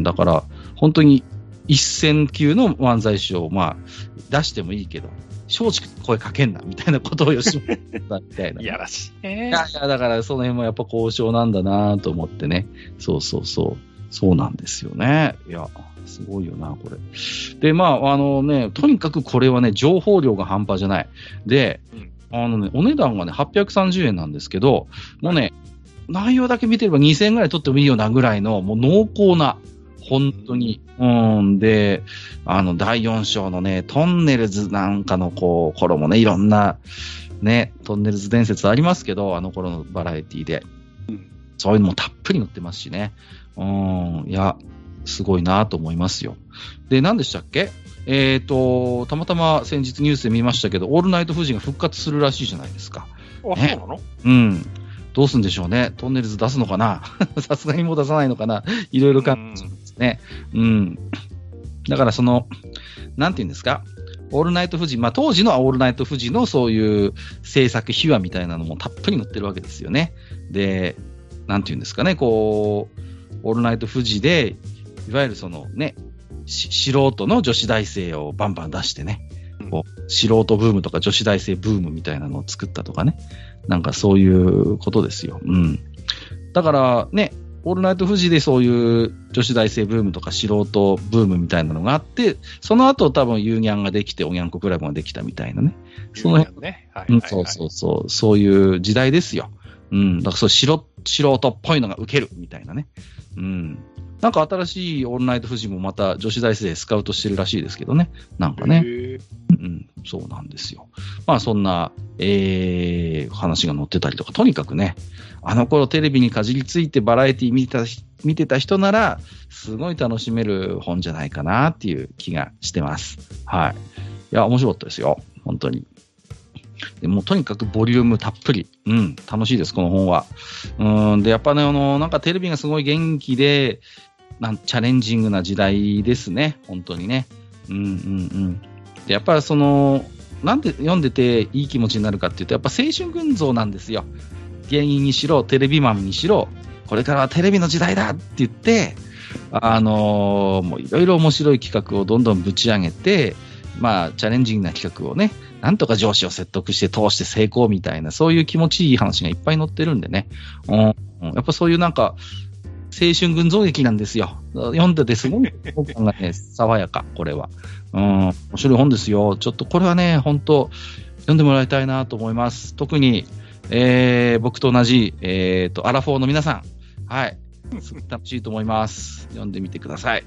だから、本当に一線級の漫才師を、まあ、出してもいいけど、松竹声かけんな、みたいなことを吉本だみたいな。 いやらしいね。 いや、だからその辺もやっぱ交渉なんだなと思ってね。そうそうそう。そうなんですよね。いや、すごいよな、これ。で、まあ、とにかくこれはね、情報量が半端じゃない。で、お値段がね、830円なんですけど、もうね、内容だけ見てれば2000円ぐらい取ってもいいよなぐらいの、もう濃厚な、本当に。で、第4章のね、トンネルズなんかのこう、頃もね、いろんな、ね、トンネルズ伝説ありますけど、あの頃のバラエティで。そういうのもたっぷり載ってますしね。いや、すごいなと思いますよ。で、何でしたっけ？たまたま先日ニュースで見ましたけど、オールナイトフジが復活するらしいじゃないですか。 あ、 ね、 そうなの？ うん。どうするんでしょうね。トンネルズ出すのかなさすがにもう出さないのかないろいろ考えてますね。だからなんていうんですか。オールナイトフジ、まあ当時のオールナイトフジのそういう制作秘話みたいなのもたっぷり載ってるわけですよね。で、なんていうんですかね、こう、オールナイトフジで、いわゆる素人の女子大生をバンバン出してね、こう素人ブームとか女子大生ブームみたいなのを作ったとかね、なんかそういうことですよ。だからね、オールナイトフジでそういう女子大生ブームとか素人ブームみたいなのがあって、その後多分ユーニャンができて、おにゃんこクラブができたみたいなね。その辺ね。そういう時代ですよ。だからそう素人っぽいのが受けるみたいなね。なんか新しいオールナイトフジもまた女子大生スカウトしてるらしいですけどね。なんかね。そうなんですよ。まあそんな、話が載ってたりとか、とにかくね、あの頃テレビにかじりついてバラエティ見てた人なら、すごい楽しめる本じゃないかなっていう気がしてます。はい。いや、面白かったですよ。本当に。でもうとにかくボリュームたっぷり。楽しいです、この本は。で、やっぱね、なんかテレビがすごい元気で、チャレンジングな時代ですね。本当にね。で、やっぱりなんで読んでていい気持ちになるかっていうと、やっぱ青春群像なんですよ。芸人にしろ、テレビマンにしろ、これからはテレビの時代だって言って、もういろいろ面白い企画をどんどんぶち上げて、まあ、チャレンジングな企画をね、なんとか上司を説得して通して成功みたいな、そういう気持ちいい話がいっぱい載ってるんでね。やっぱそういうなんか、青春群像劇なんですよ。読んでてすごい、僕がね、爽やか、これは。面白い本ですよ。ちょっとこれはね、本当読んでもらいたいなと思います。特に、僕と同じ、アラフォーの皆さん。はい。すごく楽しいと思います。読んでみてください。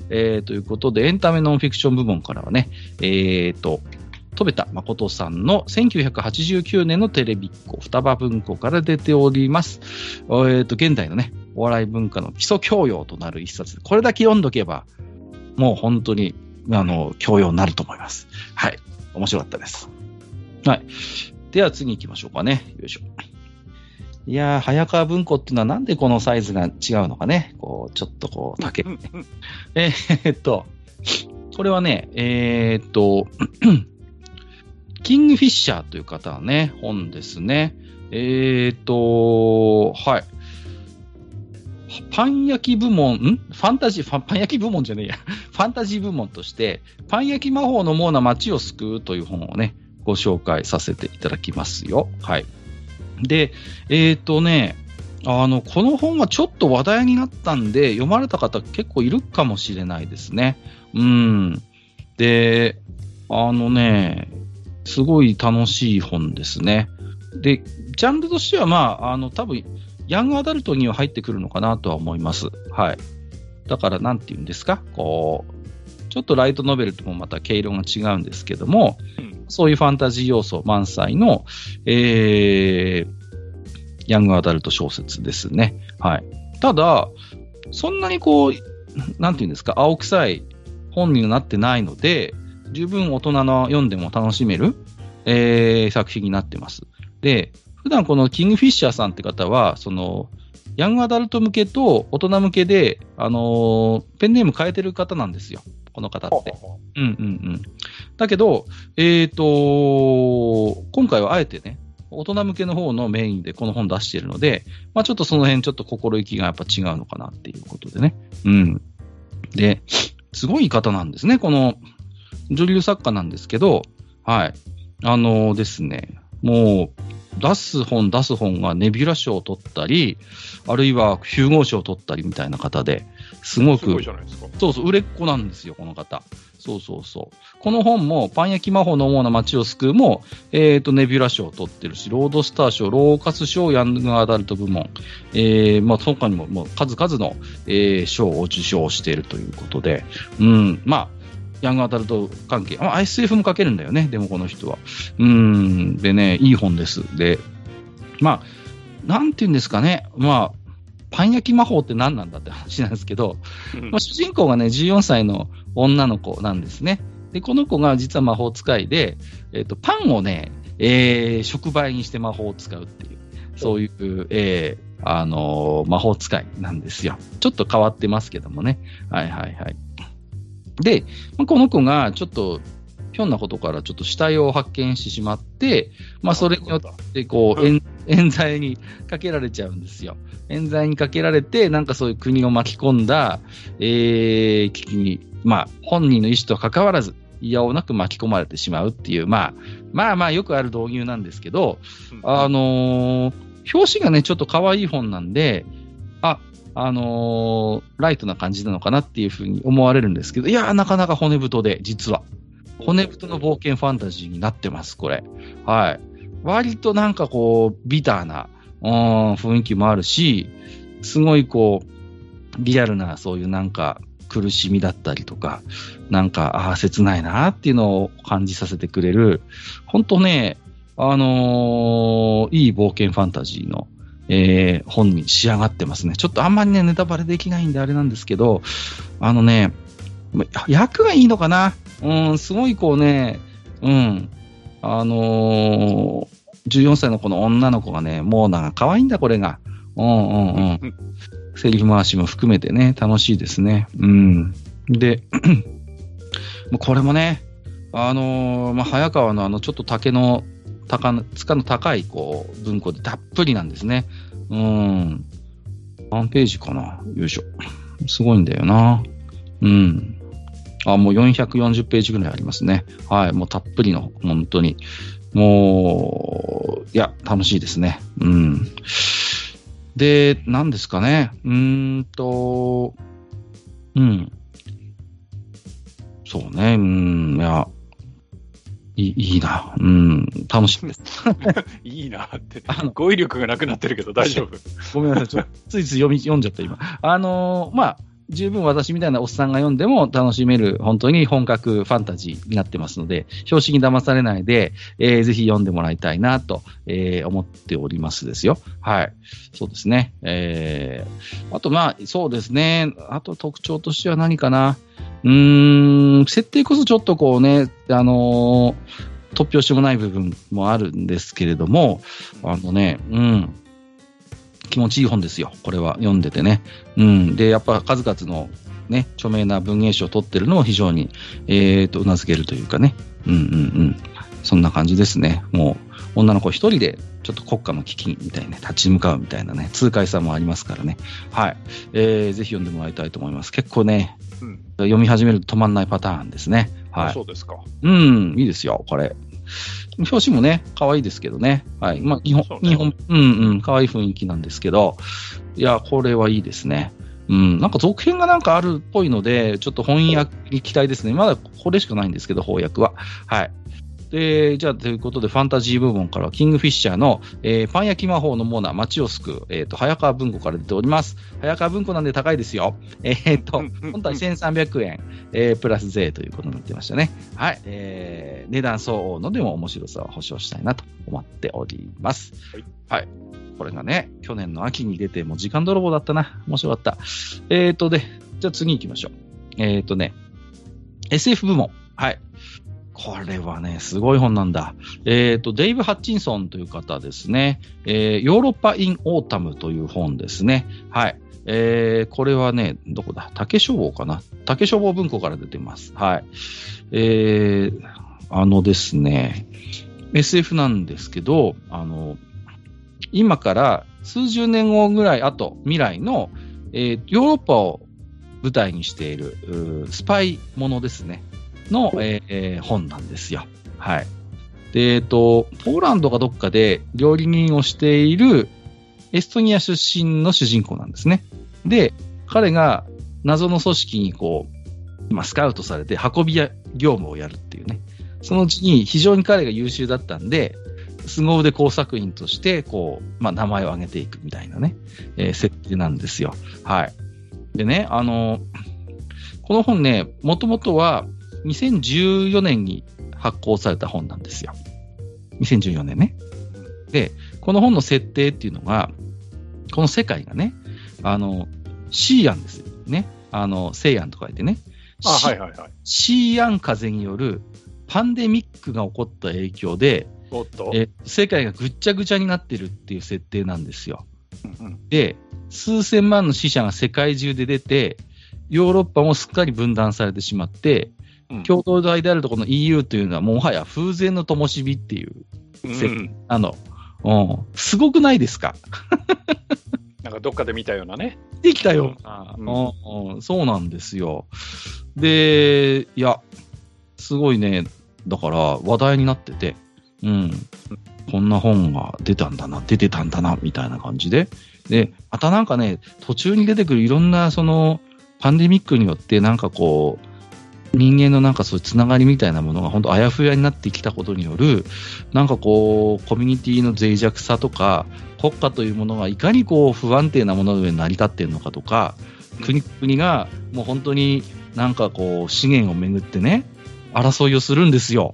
ということで、エンタメノンフィクション部門からはね、戸部田誠さんの1989年のテレビっ子、双葉文庫から出ております。現代のね、お笑い文化の基礎教養となる一冊。これだけ読んどけば、もう本当に、教養になると思います。はい。面白かったです。はい。では次行きましょうかね。よいしょ。いやー、早川文庫っていうのはなんでこのサイズが違うのかね。こう、ちょっとこう、竹。これはね、キングフィッシャーという方はね、本ですね。はい。パン焼き部門、パン焼き部門じゃねえや。ファンタジー部門として、パン焼き魔法のモーナ街を救うという本をね、ご紹介させていただきますよ。はい。で、この本はちょっと話題になったんで、読まれた方結構いるかもしれないですね。で、すごい楽しい本ですね。で、ジャンルとしては多分、ヤングアダルトには入ってくるのかなとは思います。はい。だから、なんて言うんですか、こう、ちょっとライトノベルともまた毛色が違うんですけども、そういうファンタジー要素満載の、ヤングアダルト小説ですね。はい。ただ、そんなにこう、なんて言うんですか、青臭い本になってないので、十分大人の読んでも楽しめる、作品になってます。で、普段このキングフィッシャーさんって方は、ヤングアダルト向けと大人向けで、ペンネーム変えてる方なんですよ。この方って。だけど、今回はあえてね、大人向けの方のメインでこの本出しているので、ちょっとその辺ちょっと心意気がやっぱ違うのかなっていうことでね。で、すごい方なんですね。この女流作家なんですけど、はい。ですね、もう、出す本がネビュラ賞を取ったり、あるいはヒューゴー賞を取ったりみたいな方で、すごく、 すごいじゃないですか。 そうそう、売れっ子なんですよ、この方。そう。この本も、パン焼き魔法の主な街を救うも、ネビュラ賞を取ってるし、ロードスター賞、ローカス賞、ヤングアダルト部門、その他にも、もう数々の、賞を受賞しているということで、ヤングアダルト関係。SF も書けるんだよね。でもこの人は。でね、いい本です。で、なんて言うんですかね。パン焼き魔法って何なんだって話なんですけど、主人公がね、14歳の女の子なんですね。で、この子が実は魔法使いで、パンをね、触媒にして魔法を使うっていう、そういう、魔法使いなんですよ。ちょっと変わってますけどもね。はい。で、この子がちょっと、ひょんなことからちょっと死体を発見してしまって、それによって、こう、冤罪にかけられちゃうんですよ。冤罪にかけられて、なんかそういう国を巻き込んだ、危機に、本人の意思とは関わらず、いやおなく巻き込まれてしまうっていう、よくある導入なんですけど、表紙がね、ちょっと可愛い本なんで、ライトな感じなのかなっていうふうに思われるんですけど、いや、なかなか骨太で、実は。骨太の冒険ファンタジーになってます、これ。はい。割となんかこう、ビターな、雰囲気もあるし、すごいこう、リアルなそういうなんか苦しみだったりとか、なんか、切ないなっていうのを感じさせてくれる、ほんとね、いい冒険ファンタジーの、本に仕上がってますね。ちょっとあんまりね、ネタバレできないんであれなんですけど、役がいいのかな？すごいこうね、14歳のこの女の子がね、もうなんか可愛いんだ、これが。セリフ回しも含めてね、楽しいですね。で、これもね、早川のちょっと竹の、塚の高いこう文庫でたっぷりなんですね。何ページかな、よいしょ。すごいんだよな。もう440ページぐらいありますね。はい、もうたっぷりの、本当に。もう、いや、楽しいですね。で、何ですかね。そうね。いや、いいな。楽しみです。 いいなって。語彙力がなくなってるけど大丈夫。 ごめんなさい。ついつい読んじゃった、今。 十分私みたいなおっさんが読んでも楽しめる、本当に本格ファンタジーになってますので、表紙に騙されないで、ぜひ読んでもらいたいなと、思っておりますですよ。はい。そうですね。あとそうですね。あと特徴としては何かな。設定こそちょっとこうね、突拍子もない部分もあるんですけれども、気持ちいい本ですよ。これは読んでてね。で、やっぱ数々のね、著名な文芸賞を取ってるのも非常に、うなずけるというかね。そんな感じですね。もう、女の子一人で、ちょっと国家の危機みたいに、ね、立ち向かうみたいなね、痛快さもありますからね。はい。ぜひ読んでもらいたいと思います。結構ね、読み始めると止まんないパターンですね。はい。 そうですか。 いいですよ、これ。表紙もね、可愛いですけどね。はい。日本、可愛い雰囲気なんですけど、いや、これはいいですね。なんか続編がなんかあるっぽいので、ちょっと翻訳に期待ですね。まだこれしかないんですけど、翻訳は。はい。で、じゃあ、ということで、ファンタジー部門からは、キングフィッシャーの、パン焼き魔法のモナ、街を救う、早川文庫から出ております。早川文庫なんで高いですよ。本体1300円、プラス税ということになってましたね。はい。値段相応のでも面白さを保証したいなと思っております。はい。これがね、去年の秋に出て、もう時間泥棒だったな。面白かった。じゃあ次行きましょう。SF 部門。はい。これはね、すごい本なんだ。デイブ・ハッチンソンという方ですね。ヨーロッパ・イン・オータムという本ですね。はい。これはね、どこだ？竹書房かな？竹書房文庫から出てます。はい。ですね、SF なんですけど、今から数十年後ぐらい後、未来の、ヨーロッパを舞台にしている、スパイものですね。の、本なんですよ。はい。で、ポーランドかどっかで料理人をしているエストニア出身の主人公なんですね。で、彼が謎の組織にスカウトされて運び屋業務をやるっていうね。そのうちに非常に彼が優秀だったんで、凄腕工作員として、名前を挙げていくみたいなね、設定なんですよ。はい。でね、この本ね、もともとは、2014年に発行された本なんですよ。2014年ね。で、この本の設定っていうのが、この世界がね、シーアンですよね。西安とか言ってね。シーアン風によるパンデミックが起こった影響で、世界がぐっちゃぐちゃになってるっていう設定なんですよ。で、数千万の死者が世界中で出て、ヨーロッパもすっかり分断されてしまって、共同体であるところの EU というのはもはや風前の灯火っていう、すごくないですか？ なんかどっかで見たようなね。 できたような、そうなんですよ。で、いや、すごいね、だから話題になってて、こんな本が出てたんだな、みたいな感じで。で、またなんかね、途中に出てくるいろんなパンデミックによって人間のそういうつながりみたいなものが本当あやふやになってきたことによる、コミュニティの脆弱さとか、国家というものがいかに不安定なものの上に成り立っているのかとか、国々がもう本当に資源をめぐってね、争いをするんですよ。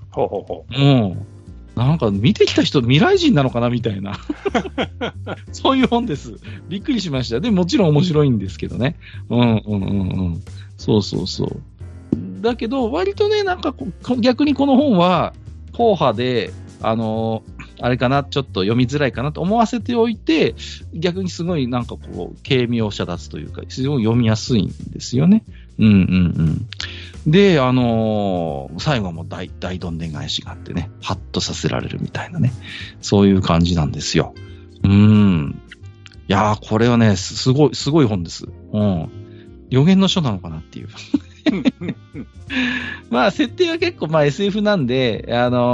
見てきた人未来人なのかなみたいな。そういう本です。びっくりしました。でもちろん面白いんですけどね。そう。だけど、割とね、逆にこの本は、硬派で、あれかな、ちょっと読みづらいかなと思わせておいて、逆にすごい軽妙さ立つというか、すごい読みやすいんですよね。で、最後も大どんでん返しがあってね、ハッとさせられるみたいなね、そういう感じなんですよ。いやー、これはね、すごい本です。予言の書なのかなっていう。設定は結構SF なんで、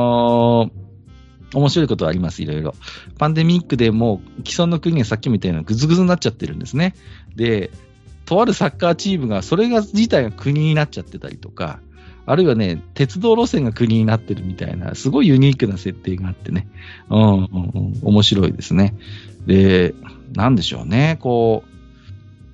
面白いことはあります、いろいろ。パンデミックでもう既存の国がさっきみたいなぐずぐずになっちゃってるんですね。で、とあるサッカーチームが、それ自体が国になっちゃってたりとか、あるいはね、鉄道路線が国になってるみたいな、すごいユニークな設定があってね。面白いですね。で、なんでしょうね、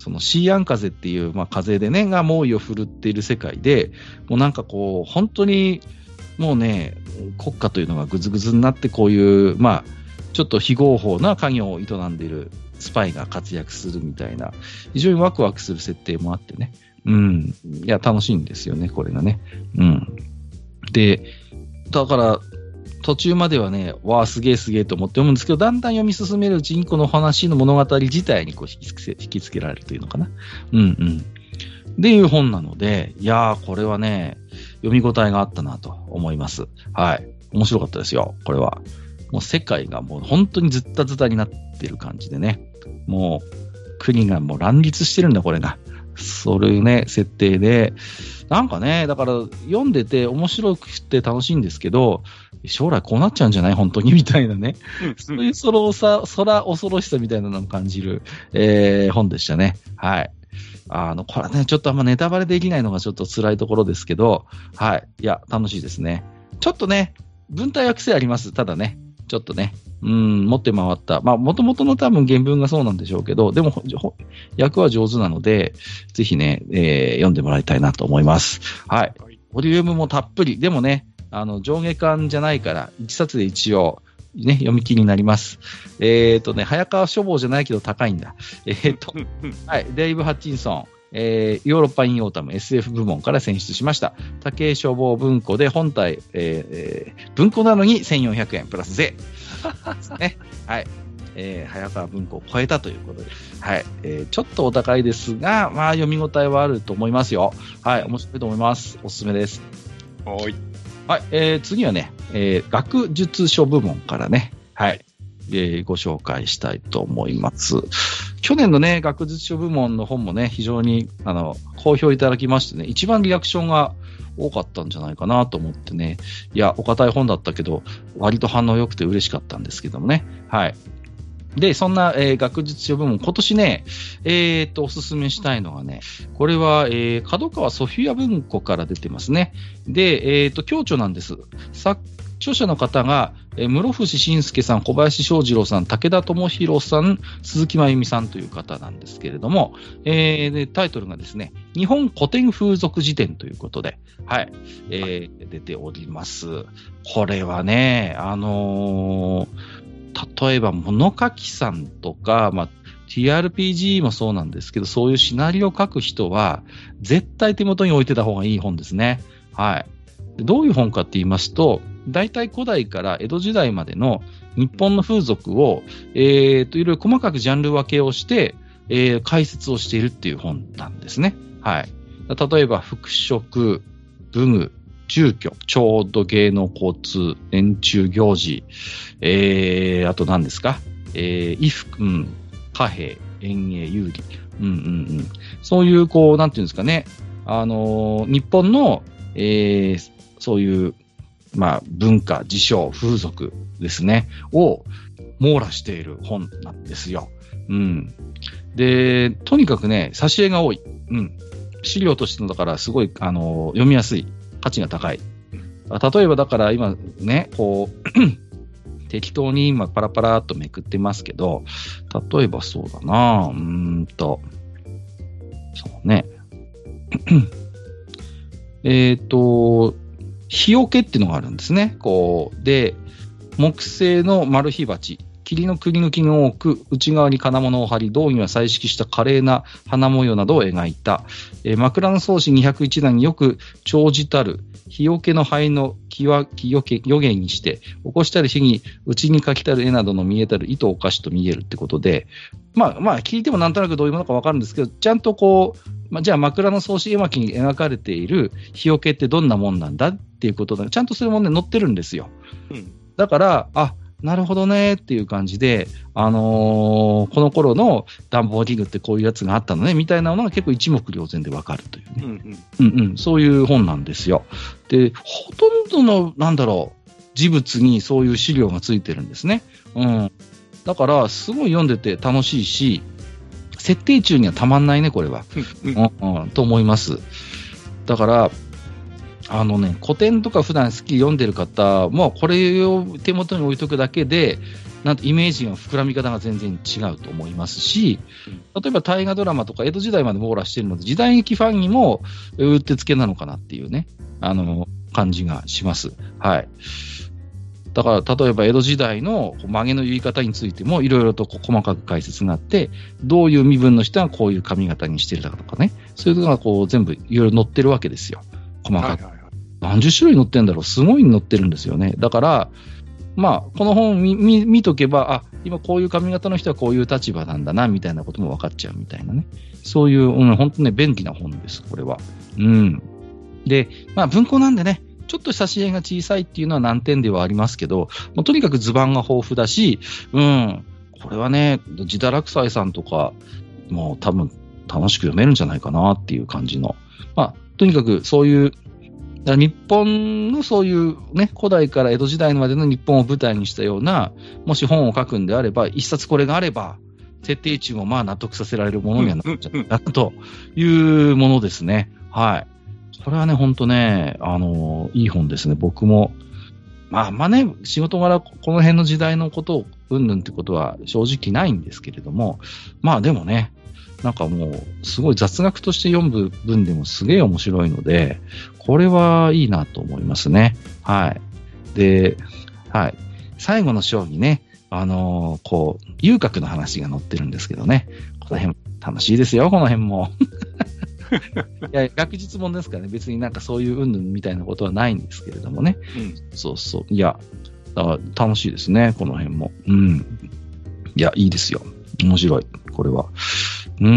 そのシーアン風っていう、風でね、が猛威を振るっている世界で、もうなんかこう、本当に、もうね、国家というのがぐずぐずになって、こういう、ちょっと非合法な家業を営んでいるスパイが活躍するみたいな、非常にワクワクする設定もあってね。いや、楽しいんですよね、これがね。で、だから、途中まではね、わあ、すげえすげえと思って読むんですけど、だんだん読み進めるうちに、この話の物語自体にこう引きつけられるというのかな。っていう本なので、いやー、これはね、読み応えがあったなと思います。はい。面白かったですよ、これは。もう世界がもう本当にズッタズタになってる感じでね。もう、国がもう乱立してるんだ、これが。そういうね、設定で。なんかね、だから読んでて面白くて楽しいんですけど、将来こうなっちゃうんじゃない本当にみたいなね。そういう恐ろしさみたいなのを感じる、本でしたね。はい。これね、ちょっとあんまネタバレできないのがちょっと辛いところですけど、はい。いや、楽しいですね。ちょっとね、文体は癖あります。ただね、ちょっとね、持って回った。元々の多分原文がそうなんでしょうけど、でも、訳は上手なので、ぜひね、読んでもらいたいなと思います。はい。ボリュームもたっぷり。でもね、上下巻じゃないから、一冊で一応、ね、読み切りになります。早川書房じゃないけど高いんだ。はい、デイブ・ハッチンソン。ヨーロッパインオータム SF 部門から選出しました。武井書房文庫で本体、文庫なのに1400円プラス税。ね、はい。早川文庫を超えたということで、はい。ちょっとお高いですが、読み応えはあると思いますよ。はい。面白いと思います。おすすめです。 はい。 はい。次はね、学術書部門からね、はい。ご紹介したいと思います。去年のね、学術書部門の本もね、非常に、好評いただきましてね、一番リアクションが多かったんじゃないかなと思ってね、いや、お堅い本だったけど、割と反応良くて嬉しかったんですけどもね、はい。で、そんな、学術書部門、今年ね、おすすめしたいのがね、これは、角川ソフィア文庫から出てますね。で、共著なんです。著者の方が、室伏伸介さん、小林翔二郎さん、武田智弘さん、鈴木真由美さんという方なんですけれども、でタイトルがですね、日本古典風俗辞典ということで、はい、出ております。これはね、例えば物書きさんとか、TRPG もそうなんですけど、そういうシナリオを書く人は、絶対手元に置いてた方がいい本ですね。はい。どういう本かって言いますと、大体古代から江戸時代までの日本の風俗を、いろいろ細かくジャンル分けをして、解説をしているっていう本なんですね。はい。例えば、服飾、武具、住居、調度、芸能、交通、年中行事、あと何ですか、衣服、貨幣、園芸、有利、そういう、なんていうんですかね、日本の、そういう、文化、事象、風俗ですね、を網羅している本なんですよ。で、とにかくね、挿絵が多い。資料としてのだからすごい、読みやすい。価値が高い。例えばだから今ね、適当に今パラパラっとめくってますけど、例えばそうだなそうね。日よけっていうのがあるんですね。で、木製の丸火鉢、霧のくり抜きが多く、内側に金物を貼り、胴には彩色した華麗な花模様などを描いた、枕草子201段によく長じたる、日よけの灰の木よけ予言にして、起こしたる日に内に描きたる絵などの見えたる糸おかしと見えるってことで、聞いてもなんとなくどういうものかわかるんですけど、ちゃんとじゃあ枕草子絵巻に描かれている日よけってどんなもんなんだっていうことで、ちゃんとそれもね、載ってるんですよ。だから、なるほどねっていう感じで、この頃の暖房器具ってこういうやつがあったのねみたいなのが結構一目瞭然でわかるというね、そういう本なんですよ。で、ほとんどの事物にそういう資料がついてるんですね。だからすごい読んでて楽しいし、設定中にはたまんないねこれは、と思います。だから古典とか普段好き読んでる方もこれを手元に置いとくだけでなんてイメージの膨らみ方が全然違うと思いますし、例えば大河ドラマとか江戸時代まで網羅しているので、時代劇ファンにもうってつけなのかなっていうね、感じがします。はい。だから、例えば江戸時代の曲げの結い方についてもいろいろと細かく解説があって、どういう身分の人はこういう髪型にしてるだとかね、そういうのが全部いろいろ載ってるわけですよ。細かく。何十種類載ってるんだろう、すごい載ってるんですよね。だから、この本見とけば、今こういう髪型の人はこういう立場なんだな、みたいなことも分かっちゃうみたいなね。そういう、本当ね、便利な本です、これは。で、文庫なんでね、ちょっと挿絵が小さいっていうのは難点ではありますけど、とにかく図版が豊富だし、これはね、自堕落斎さんとか、もう多分楽しく読めるんじゃないかなっていう感じの。とにかくそういう、日本のそういうね、古代から江戸時代までの日本を舞台にしたような、もし本を書くんであれば、一冊これがあれば、設定値も納得させられるものにはなっちゃったというものですね。はい。これはね、ほんとね、いい本ですね。僕も、ね、仕事柄、この辺の時代のことを、うんぬんってことは正直ないんですけれども、でもね、なんかもう、すごい雑学として読む分でもすげえ面白いので、これはいいなと思いますね。はい。で、はい。最後の章にね、遊郭の話が載ってるんですけどね、この辺、楽しいですよ、この辺も。いや、学術本ですからね、別になんかそういう云々みたいなことはないんですけれどもね。そうそう。いや、だから楽しいですね、この辺も。いや、いいですよ。面白い、これは。こう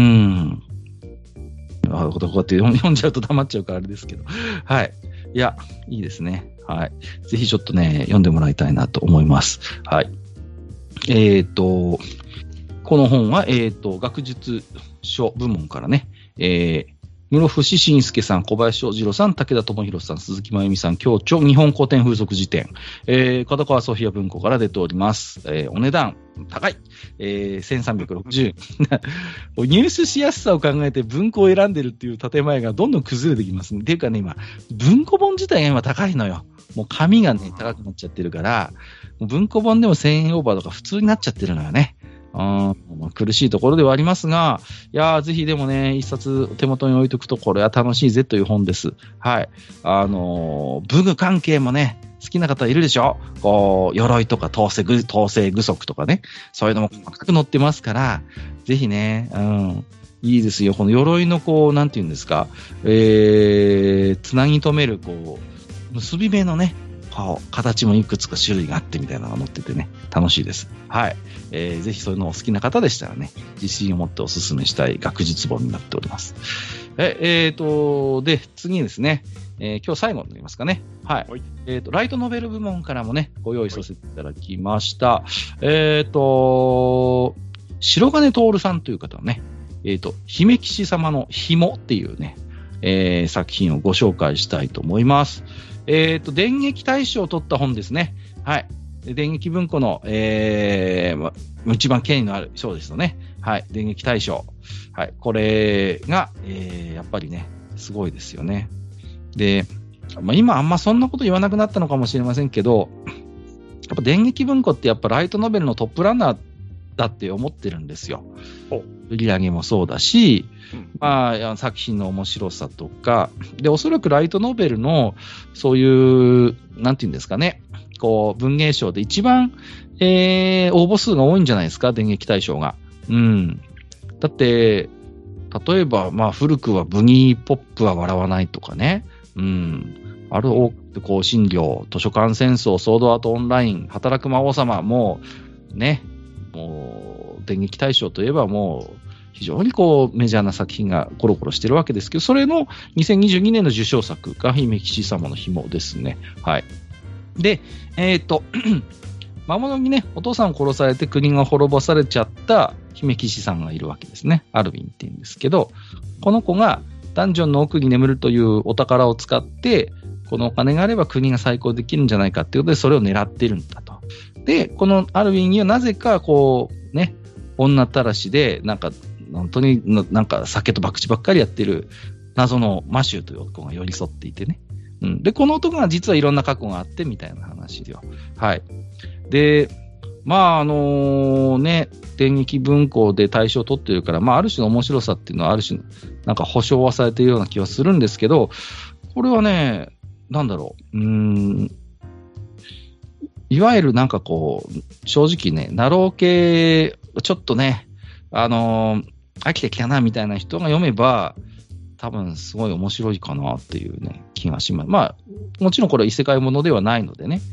やって読んじゃうと黙っちゃうからあれですけど。はい。いや、いいですね。はい。ぜひちょっとね、読んでもらいたいなと思います。はい。この本は、学術書部門からね、室伏伸介さん、小林翔二郎さん、武田智弘さん、鈴木真由美さん、教著、日本古典風俗辞典、片川ソフィア文庫から出ております。お値段、高い。1360円。入手しやすさを考えて文庫を選んでるっていう建前がどんどん崩れてきますね。っていうかね、今、文庫本自体が今高いのよ。もう紙がね、高くなっちゃってるから、文庫本でも1000円オーバーとか普通になっちゃってるのよね。苦しいところではありますが、いやー、ぜひでもね、一冊手元に置いとくと、これは楽しいぜという本です。はい。武具関係もね、好きな方いるでしょ？鎧とか統制具足とかね、そういうのも細かく載ってますから、ぜひね、いいですよ。この鎧のなんていうんですか、つなぎ止める、結び目のね、形もいくつか種類があってみたいなのが載っててね、楽しいです。はい。ぜひそういうのを好きな方でしたらね、自信を持ってお勧めしたい学術本になっております。で、次にですね、今日最後になりますかね。はい。ライトノベル部門からもね、ご用意させていただきました。白金徹さんという方はね、姫騎士様の紐っていうね、作品をご紹介したいと思います。電撃大賞を取った本ですね。はい。電撃文庫の、一番権威のある賞ですよね。はい。電撃大賞。はい。これが、やっぱりね、すごいですよね。で、今あんまそんなこと言わなくなったのかもしれませんけど、やっぱ電撃文庫ってやっぱライトノベルのトップランナーだって思ってるんですよ。売り上げもそうだし、作品の面白さとか、で、おそらくライトノベルの、そういう、なんていうんですかね、文芸賞で一番、応募数が多いんじゃないですか、電撃大賞が。だって、例えば、古くはブギーポップは笑わないとかね、ある多くて診療、図書館戦争、ソードアートオンライン、働く魔王様、もう、電撃大賞といえばもう、非常にメジャーな作品がコロコロしてるわけですけど、それの2022年の受賞作が姫騎士様の紐ですね。はい。で、魔物にね、お父さんを殺されて国が滅ぼされちゃった姫騎士さんがいるわけですね。アルビンって言うんですけど、この子がダンジョンの奥に眠るというお宝を使って、このお金があれば国が再興できるんじゃないかっていうことで、それを狙ってるんだと。で、このアルビンにはなぜか女たらしで、本当に酒と博打ばっかりやってる謎のマシューという男が寄り添っていてね。で、この男が実はいろんな過去があってみたいな話ですよ。はい。で、 まあね、電撃文庫で大賞を取ってるから、まあある種の面白さっていうのはある種なんか保証はされているような気はするんですけど、これはね、なんだろう、いわゆるなんかこう、正直ね、ナロー系、ちょっとね、飽きてきたなみたいな人が読めば、多分すごい面白いかなっていうね、気がします。まあ、もちろんこれは異世界ものではないのでね、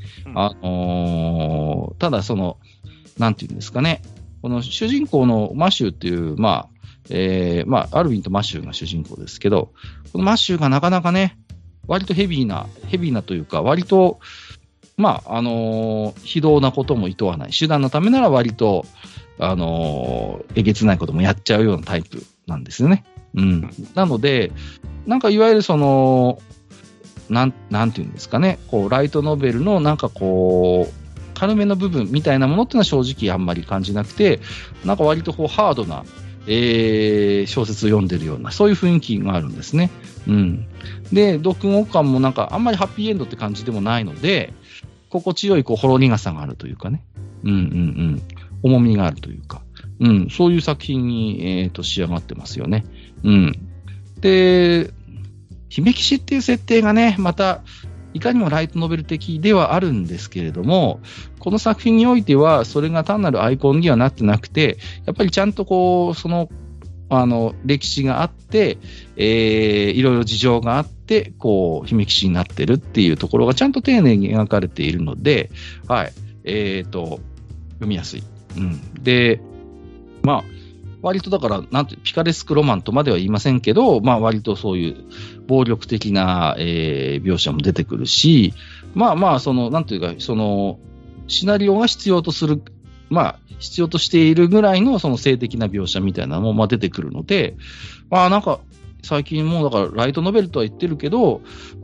ただその、なんていうんですかね、この主人公のマシューっていう、まあ、アルヴィンとマシューが主人公ですけど、このマシューがなかなかね、割とヘビーなというか、割と、まあ、非道なことも厭わない。手段のためなら割と、えげつないこともやっちゃうようなタイプなんですよね。うん。なので、なんかいわゆるその、なんていうんですかね、こう、ライトノベルのなんかこう、軽めの部分みたいなものっていうのは正直あんまり感じなくて、なんか割とこう、ハードな、小説を読んでるような、そういう雰囲気があるんですね。うん。で、読後感もなんかあんまりハッピーエンドって感じでもないので、心地よいこうほろ苦さがあるというかね。重みがあるというか。そういう作品に、仕上がってますよね。で、姫騎士っていう設定がね、また、いかにもライトノベル的ではあるんですけれども、この作品においては、それが単なるアイコンにはなってなくて、やっぱりちゃんとこう、その、歴史があって、いろいろ事情があって、こう、姫騎士になってるっていうところがちゃんと丁寧に描かれているので、はい、読みやすい。で、まあ、割とだから、ピカレスクロマンとまでは言いませんけど、まあ割とそういう暴力的な、描写も出てくるし、まあ、その、なんていうか、その、シナリオが必要としているぐらいのその性的な描写みたいなのもまあ出てくるので、まあなんか、最近もうだからライトノベルとは言ってるけど、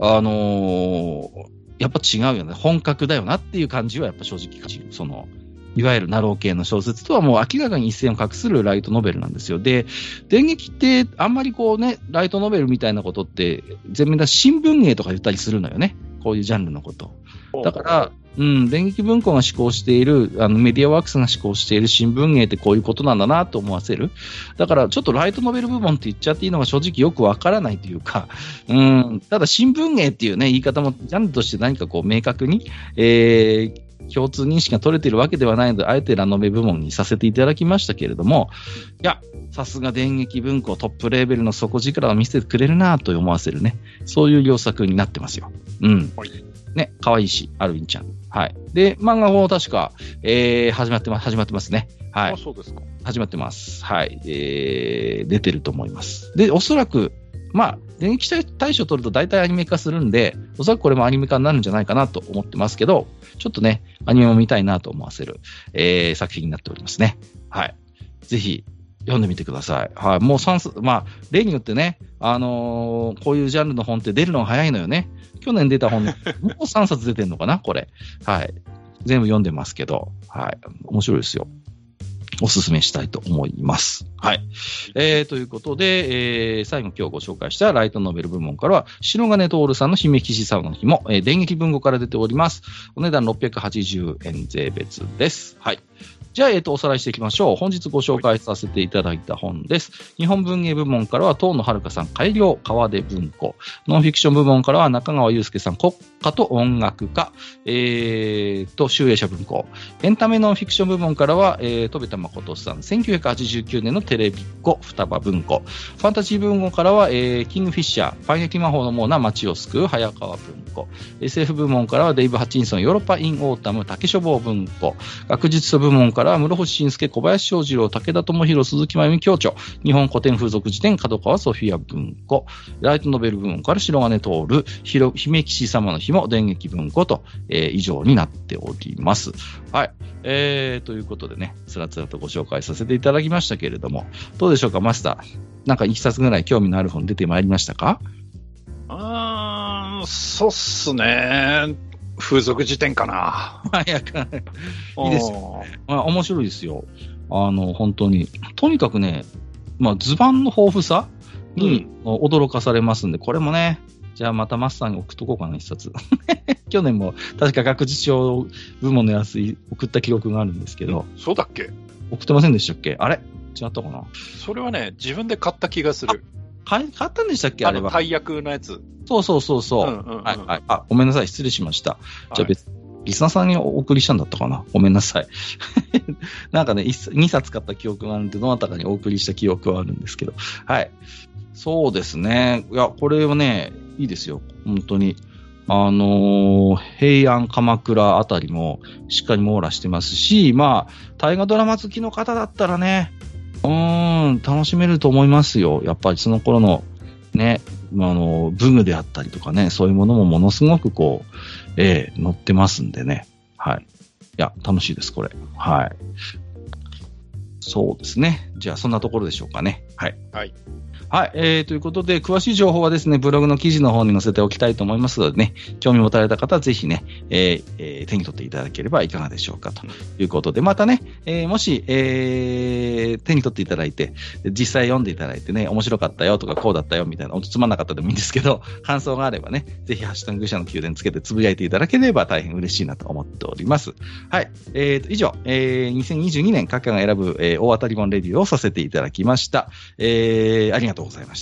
やっぱ違うよね。本格だよなっていう感じはやっぱ正直感じる。その、いわゆるナロー系の小説とはもう明らかに一線を画するライトノベルなんですよ。で、電撃ってあんまりこうね、ライトノベルみたいなことって全面だし新聞芸とか言ったりするのよね。こういうジャンルのこと。だから、電撃文庫が施行している、メディアワークスが施行している新聞芸ってこういうことなんだなと思わせる。だから、ちょっとライトノベル部門って言っちゃっていいのが正直よくわからないというか、ただ新聞芸っていうね、言い方もジャンルとして何かこう明確に、共通認識が取れているわけではないので、あえてラノベ部門にさせていただきましたけれども、いや、さすが電撃文庫トップレベルの底力を見せてくれるなと思わせるね、そういう良作になってますよ。ね、可愛いし、アルヴィンちゃん。はい。で、漫画も確か、始まってますね。はい。 そうですか。 始まってます。はい。出てると思います。で、おそらく、まあ、電撃大賞を取ると大体アニメ化するんで、おそらくこれもアニメ化になるんじゃないかなと思ってますけど、ちょっとね、アニメも見たいなと思わせる、作品になっておりますね。はい。ぜひ、読んでみてください。はい。もう3冊、まあ、例によってね、こういうジャンルの本って出るのが早いのよね。去年出た本、もう3冊出てんのかなこれ。はい。全部読んでますけど、はい。面白いですよ。おすすめしたいと思います。はい。ということで、最後今日ご紹介したライトノベル部門からは、白金徹さんの姫騎士サウナの日も、電撃文庫から出ております。お値段680円税別です。はい。じゃあ、おさらいしていきましょう。本日ご紹介させていただいた本です。日本文芸部門からは、東野遥さん、改良、川出文庫。ノンフィクション部門からは、中川祐介さん、国家と音楽家。集英社文庫。エンタメノンフィクション部門からは、戸部田誠さん、1989年のテレビっ子、双葉文庫。ファンタジー文庫からは、キングフィッシャー、パン焼き魔法のモーナ、街を救う、早川文庫。SF 部門からは、デイブ・ハチンソン、ヨーロッパ・イン・オータム、竹書房文庫。学術書部門からは室伏伸介、小林翔二郎、武田智弘、鈴木真由美教著、日本古典風俗辞典、角川ソフィア文庫、ライトノベル部門から白金徹、姫騎士様の日も電撃文庫と、以上になっております。はい。ということでね、つらつらとご紹介させていただきましたけれども、どうでしょうか、マスター。なんか一冊ぐらい興味のある本出てまいりましたか？ そうっすね。風俗辞典かな。 いいですよね。面白いですよ。本当に。とにかくね、図版の豊富さに驚かされますんで、これもね、 じゃあまたマスターに送っとこうかな、一冊。去年も確か学術書部門のやつ送った記録があるんですけど。 そうだっけ？ 送ってませんでしたっけ？あれ違ったかな？ それはね、自分で買った気がする。 買ったんでしたっけ？あれは。 大役のやつ。 そう。はいはい。あ、ごめんなさい。失礼しました。じゃあ別に、リスナーさんにお送りしたんだったかな？ごめんなさい。なんかね、2冊買った記憶があるんで、どなたかにお送りした記憶はあるんですけど。はい。そうですね。いや、これはね、いいですよ。本当に。平安、鎌倉あたりもしっかり網羅してますし、まあ、大河ドラマ好きの方だったらね、楽しめると思いますよ。やっぱりその頃のね、武具であったりとかね、そういうものもものすごくこう、載ってますんでね。はい。いや、楽しいです、これ。はい。そうですね。じゃあ、そんなところでしょうかね。はい。 はい。 はい、ということで、詳しい情報はですね、ブログの記事の方に載せておきたいと思いますのでね、興味持たれた方はぜひね、手に取っていただければいかがでしょうかということで、またね、もし、手に取っていただいて、実際読んでいただいてね、面白かったよとかこうだったよみたいな、つまんなかったでもいいんですけど、感想があればね、ぜひハッシュタグ愚者の宮殿つけてつぶやいていただければ大変嬉しいなと思っております。はい、以上、2022年各家が選ぶ、大当たり本レビューをさせていただきました。ありがとうございました。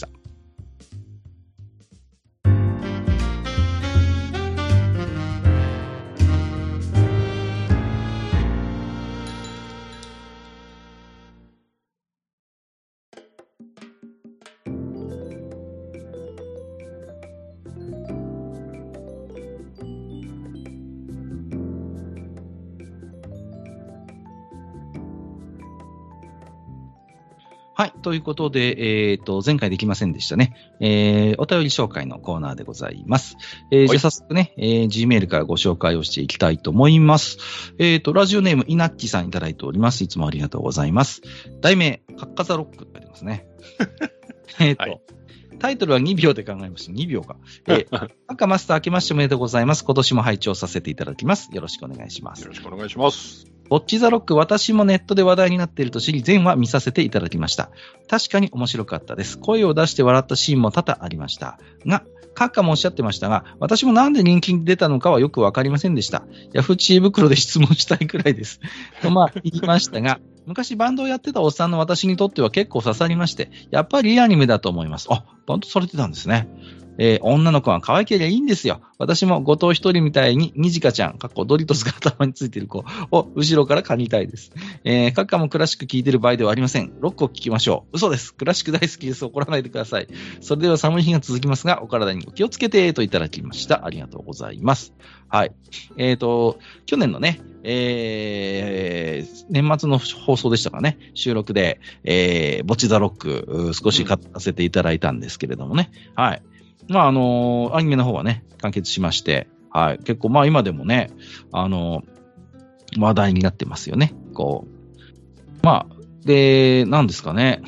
はい。ということで、前回できませんでしたね。お便り紹介のコーナーでございます。じゃあ早速ね、Gmail からご紹介をしていきたいと思います。ラジオネーム、イナッチさんいただいております。いつもありがとうございます。題名、カッカザロックってありますね。はい、タイトルは2秒で考えました。2秒か。赤マスター明けましておめでとうございます。今年も拝聴させていただきます。よろしくお願いします。 よろしくお願いします。 ボッチザロック、私もネットで話題になっていると知り、全話見させていただきました。確かに面白かったです。声を出して笑ったシーンも多々ありました。が、カッカもおっしゃってましたが、私もなんで人気に出たのかはよくわかりませんでした。ヤフー知恵袋で質問したいくらいです。と言いましたが、昔バンドをやってたおっさんの私にとっては結構刺さりまして、やっぱりいいアニメだと思います。あ、バンドされてたんですね。女の子は可愛ければいいんですよ。私も後藤一人みたいに、にじかちゃん、ドリトスが頭についてる子を後ろから借りたいです。カッカもクラシック聴いてる場合ではありません。ロックを聴きましょう。嘘です。クラシック大好きです。怒らないでください。それでは寒い日が続きますが、お体にお気をつけてといただきました。ありがとうございます。はい。去年のね、年末の放送でしたかね、収録で、ボチザロック、少し語らせていただいたんですけれどもね。はい。まあ、アニメの方はね、完結しまして、はい。結構、まあ今でもね、話題になってますよね。こう。まあ、で、なんですかね、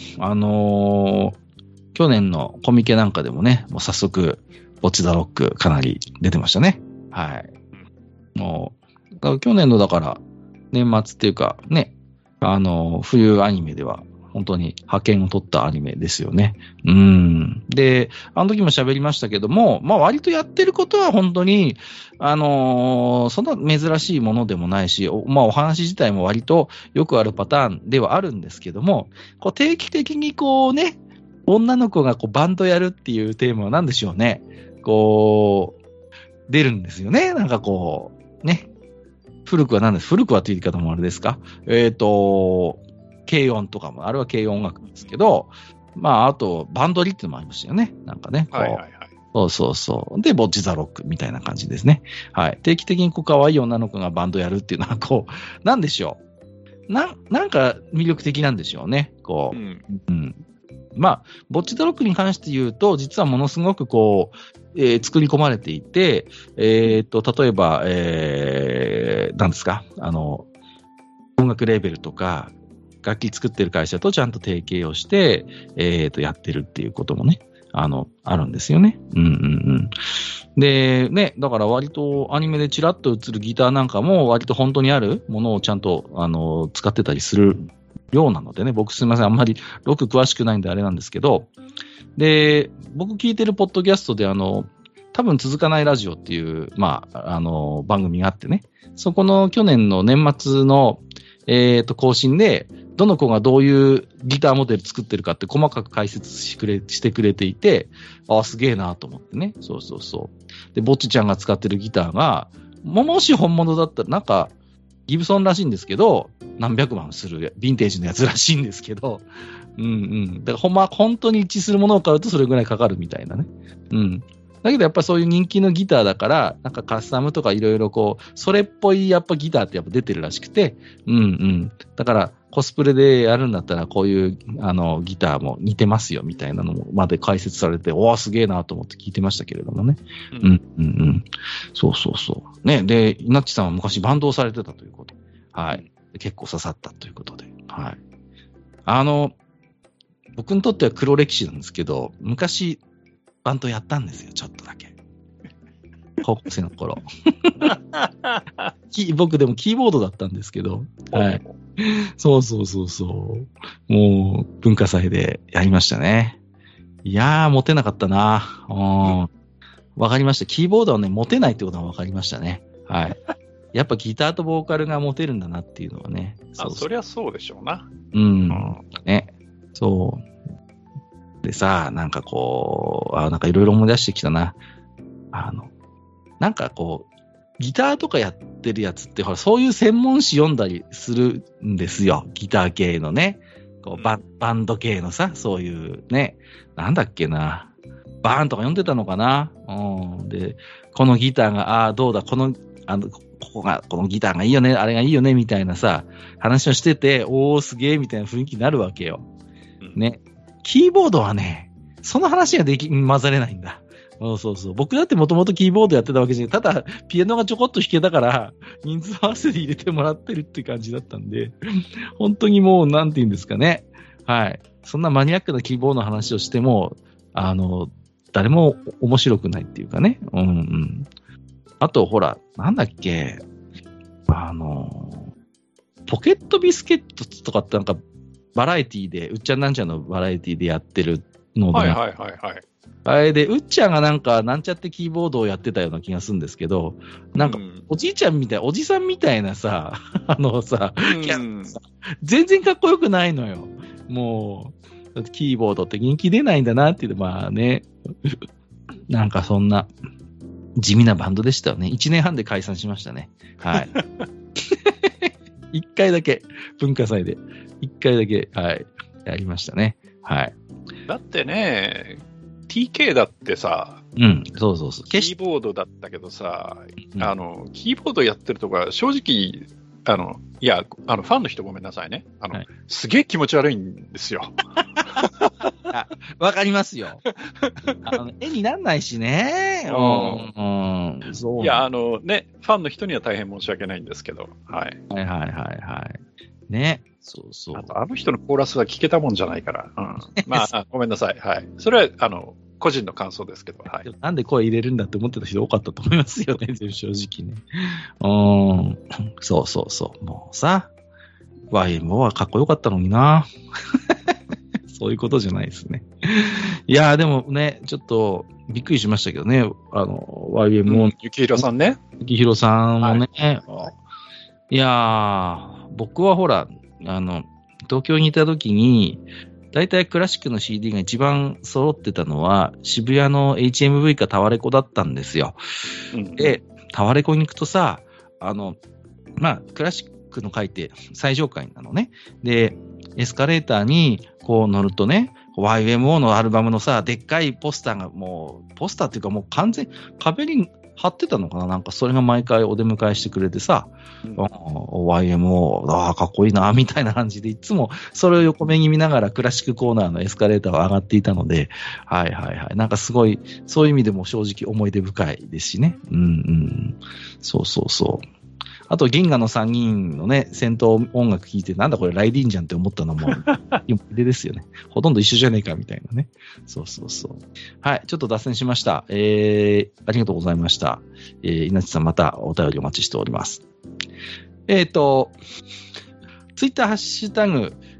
去年のコミケなんかでもね、もう早速、ボチザロックかなり出てましたね。はい。もう、去年のだから、年末っていうか、ね、冬アニメでは、本当に覇権を取ったアニメですよね。で、あの時も喋りましたけども、まあ割とやってることは本当に、そんな珍しいものでもないし、まあお話自体も割とよくあるパターンではあるんですけども、こう定期的にこうね、女の子がこうバンドやるっていうテーマは何でしょうね。こう、出るんですよね。なんかこう、ね。古くは何です？古くはという言い方もあれですか？軽音とかも、あれは軽音楽ですけど、まあ、あと、バンドリっていうのもありましたよね。なんかね。 はいはいはい。 そう。で、ボッチザロックみたいな感じですね。はい。定期的にこう、可愛い女の子がバンドやるっていうのは、こう、なんでしょう。なんか魅力的なんでしょうね。こう。まあ、ボッチザロックに関して言うと、実はものすごくこう、作り込まれていて、例えば、何ですか、音楽レーベルとか、楽器作ってる会社とちゃんと提携をして、やってるっていうこともね、あるんですよね。で、ね、だから割とアニメでチラッと映るギターなんかも割と本当にあるものをちゃんと、使ってたりするようなのでね、僕すみません、あんまりロック詳しくないんであれなんですけど、で、僕聞いてるポッドキャストで多分続かないラジオっていう、番組があってね、そこの去年の年末の、更新で、どの子がどういうギターモデル作ってるかって細かく解説してくれていて、すげえなと思ってね。そうそうそう。で、ぼっちちゃんが使ってるギターが、もし本物だったら、なんか、ギブソンらしいんですけど、何百万するヴィンテージのやつらしいんですけど、だから本当に一致するものを買うとそれぐらいかかるみたいなね。だけどやっぱりそういう人気のギターだから、なんかカスタムとかいろいろこう、それっぽいやっぱギターってやっぱ出てるらしくて、だからコスプレでやるんだったらこういうギターも似てますよみたいなのもまで解説されて、すげえなと思って聞いてましたけれどもね。そうそうそう。ね、で、稲地さんは昔バンドをされてたということで、はい。結構刺さったということで、はい。僕にとっては黒歴史なんですけど、昔、バンドやったんですよ、ちょっとだけ。高校生の頃。僕でもキーボードだったんですけど、はい。そうそうそうそう。もう、文化祭でやりましたね。いやー、モテなかったな。わかりました。キーボードはね、モテないってことがわかりましたね。はい。やっぱギターとボーカルがモテるんだなっていうのはね。 そりゃそうでしょうな。 ね。そう。でさ、なんかこう、なんかいろいろ思い出してきたな。なんかこう、ギターとかやってるやつって、ほら、そういう専門誌読んだりするんですよ。ギター系のね。こうバンド系のさ、そういうね。なんだっけな。バーンとか読んでたのかな。で、このギターが、どうだ、このギターがいいよね、あれがいいよね、みたいなさ、話をしてて、すげえ、みたいな雰囲気になるわけよ。ね。キーボードはね、その話が混ざれないんだ。そうそう。僕だってもともとキーボードやってたわけじゃない。ただ、ピアノがちょこっと弾けたから、人数合わせで入れてもらってるって感じだったんで、本当にもう、なんて言うんですかね。はい。そんなマニアックなキーボードの話をしても、誰も面白くないっていうかね。あと、ほら、なんだっけ、ポケットビスケットとかってなんか、バラエティで、うっちゃんなんちゃんのバラエティでやってるので、あれで、うっちゃんがなんか、なんちゃってキーボードをやってたような気がするんですけど、なんか、おじいちゃんみたい、おじさんみたいなさ、全然かっこよくないのよ。もう、キーボードって人気出ないんだなっていう、まあね、なんかそんな、地味なバンドでしたよね。1年半で解散しましたね。はい。1回だけ、文化祭で、1回だけ、はい、やりましたね。はい。 だってね、TK だってさ、 そうそうそう。 キーボードだったけどさ、キーボードやってるとか、正直、ファンの人ごめんなさいね。すげえ気持ち悪いんですよ。 わかりますよ。絵になんないしね。 そう。いや、ね、ファンの人には大変申し訳ないんですけど、はい。 ね。そうそう。 あの人のコーラスは聞けたもんじゃないから。まあ、ごめんなさい。はい。それは、個人の感想ですけど、はい。 なんで声入れるんだって思ってた人多かったと思いますよね、正直ね。そうそうそう。もうさ、YMO はかっこよかったのにな。そういうことじゃないですね。いやーでもね、ちょっとびっくりしましたけどね、YMO、 幸宏さんね。 幸宏さんもね、いやー、僕はほら、東京にいた時に、大体クラシックの CD が一番揃ってたのは、渋谷の HMV かタワレコだったんですよ。で、タワレコに行くとさ、クラシックの階って最上階なのね。で、エスカレーターにこう乗るとね、YMO のアルバムのさ、でっかいポスターがポスターっていうかもう完全壁に貼ってたのかな、なんかそれが毎回お出迎えしてくれてさ、YMO、かっこいいな、みたいな感じで、いつもそれを横目に見ながらクラシックコーナーのエスカレーターを上がっていたので、なんかすごい、そういう意味でも正直思い出深いですしね。そうそうそう。あと、銀河の3人のね、戦闘音楽聴いて、なんだこれライディーンじゃんって思ったのも、思い出ですよね。ほとんど一緒じゃねえか、みたいなね。そうそうそう。はい、ちょっと脱線しました。ありがとうございました。稲地さんまたお便りお待ちしております。ツイッターハッシュタグ、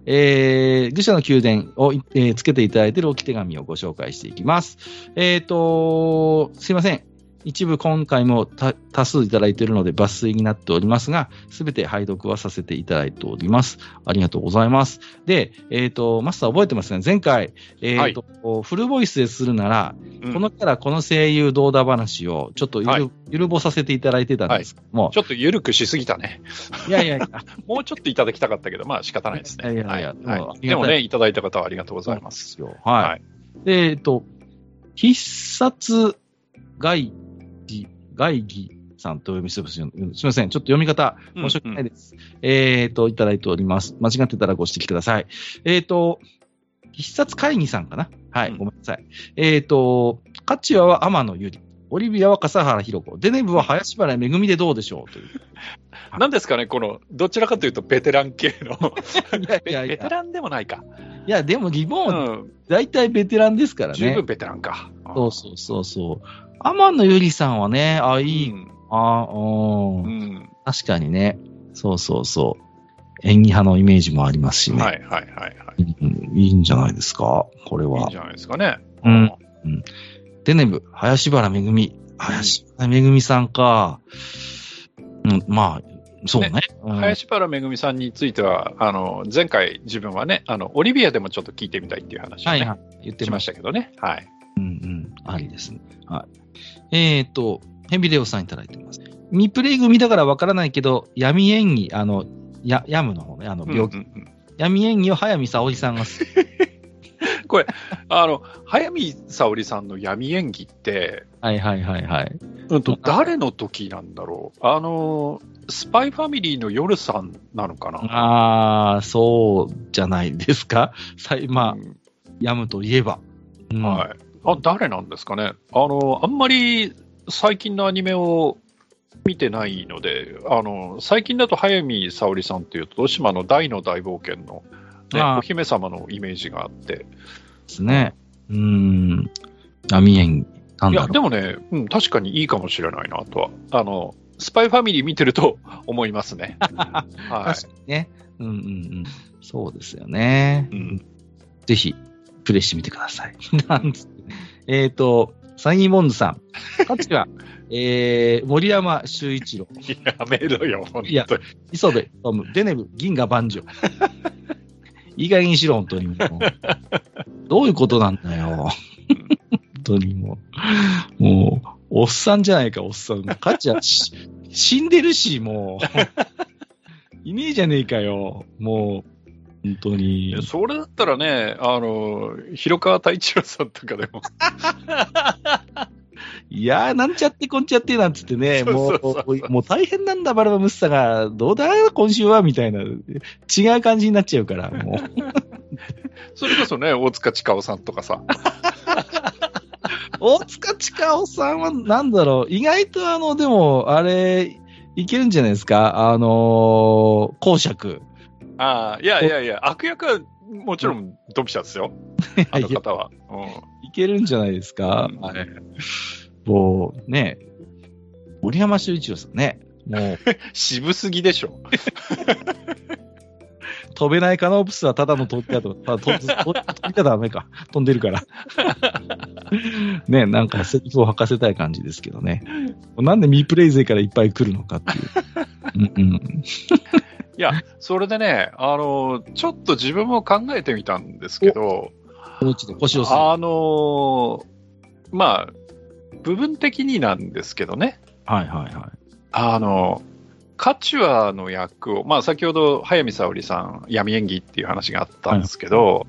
愚者の宮殿を、つけていただいている置き手紙をご紹介していきます。すいません。一部今回も多数いただいているので抜粋になっておりますが、すべて拝読はさせていただいております。ありがとうございます。で、マスター覚えてますね。前回、はい、フルボイスでするなら、このキャラ、この声優どうだ話をちょっとゆるぼさせていただいてたんですけども、 ちょっとゆるくしすぎたね。 いやいやいや。 もうちょっといただきたかったけど、まあ仕方ないですね。でもね、いただいた方はありがとうございます。 はい。で、必殺外儀さんとお読みするすみません。ちょっと読み方、申し訳ないです。いただいております。間違ってたらご指摘ください。必殺会議さんかな。はい、ごめんなさい。カチュアは天野ゆり。オリビアは笠原弘子。デネブは林原めぐみでどうでしょうという。 何ですかね、どちらかというとベテラン系の。いやベテランでもないか。 いや、でもリボン、大体ベテランですからね。 十分ベテランか。 そう。天野ゆりさんはね、いい。確かにね。そう。演技派のイメージもありますしね。 はい。 いいんじゃないですか、これは。 いいんじゃないですかね。 デネブ、林原めぐみ。林原めぐみさんか。まあ、そうね。 林原めぐみさんについては、前回自分はね、オリビアでもちょっと聞いてみたいっていう話をね、言ってましたけどね。はい。 ありですね。はい。ヘビデオさんいただいてます。ミプレイ組だからわからないけど、闇演技、ヤムの方ね、病気。闇演技を早見沙織さんがこれ、早見沙織さんの闇演技って、誰の時なんだろう。スパイファミリーの夜さんなのかな。そうじゃないですか。まあ、ヤムといえば。 はい。誰なんですかね。あんまり最近のアニメを見てないので、最近だと早見沙織さんっていうと、どうしても大の大冒険の、お姫様のイメージがあって。 ですね。闇演技。 いや、でもね、確かにいいかもしれないなとは。スパイファミリー見てると思いますね。 はい。確かにね。そうですよね。ぜひ、プレイしてみてください。サニーモンズさん。こちら、森山修一郎。 やめろよ、本当に。 いや、磯部、トム、デネブ、銀河万丈。いい加減にしろ、本当にもう。どういうことなんだよ。本当にもう。もう、おっさんじゃないか、おっさん。カチは死んでるし、もう。いねえじゃねえかよ。もう。本当に。 それだったらね、広川太一郎さんとかでも。 いやー、なんちゃってこんちゃってなんつってね、もう大変なんだ、バルバムッサが。どうだ今週はみたいな。違う感じになっちゃうから、もう。 それこそね、大塚千佳夫さんとかさ。 大塚千佳夫さんはなんだろう、意外とでも、あれ、いけるんじゃないですか公爵。 いや、悪役はもちろんドンピシャですよ。あの方は。 いけるんじゃないですか、もう、ね、森山修一郎さんね。もう。 渋すぎでしょ。 飛べないカノープスはただの飛び方ダメか。飛んでるから。ね、なんかセリフを吐かせたい感じですけどね。なんでミープレイ勢からいっぱい来るのかっていう。 いや、それでね、ちょっと自分も考えてみたんですけど、まあ、部分的になんですけどね。カチュアの役を、まあ先ほど早見沙織さん、闇演技っていう話があったんですけど、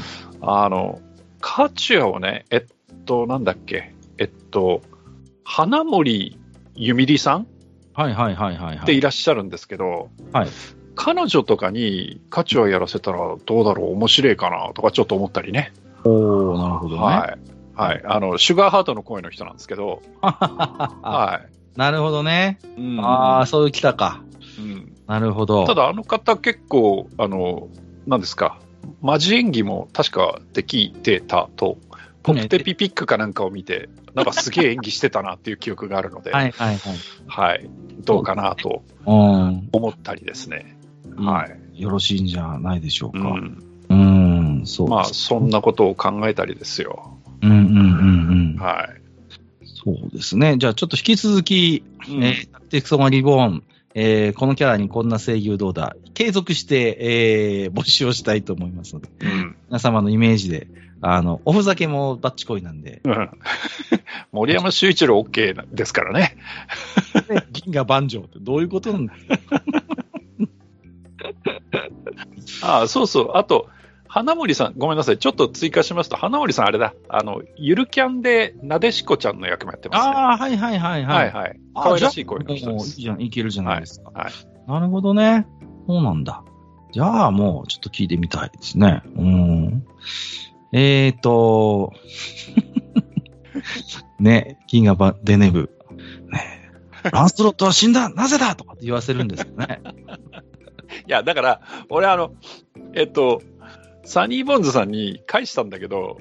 カチュアをね、なんだっけ、花森ゆみりさんっていらっしゃるんですけど、彼女とかにカチュアやらせたらどうだろう、面白いかなとかちょっと思ったりね。 なるほどね。 シュガーハートの声の人なんですけど。 なるほどね。そういう来たか。なるほど。 ただあの方結構、何ですか、マジ演技も確かできてたと、ポプテピピックかなんかを見て、なんかすげえ演技してたなっていう記憶があるので、どうかなと思ったりですね。 よろしいんじゃないでしょうか。 そう。まあ、そんなことを考えたりですよ。はい。 そうですね。じゃあ、ちょっと引き続き、タクティクスオンリボーン、このキャラにこんな声優どうだ、継続して、募集をしたいと思いますので、皆様のイメージで、おふざけもバッチコイなんで。 森山修一郎 OK ですからね。 銀河万丈ってどういうことなんだそうそう。あと、花森さん、ごめんなさい。ちょっと追加しますと、花森さんあれだ。ゆるキャンで、なでしこちゃんの役もやってますね。 はい。 可愛らしい声の人です。 いけるじゃないですか。はい。なるほどね。そうなんだ。じゃあ、もう、ちょっと聞いてみたいですね。ね、銀河デネブ。ね、ランスロットは死んだなぜだとかって言わせるんですよね。 いや、だから、俺サニーボンズさんに返したんだけど、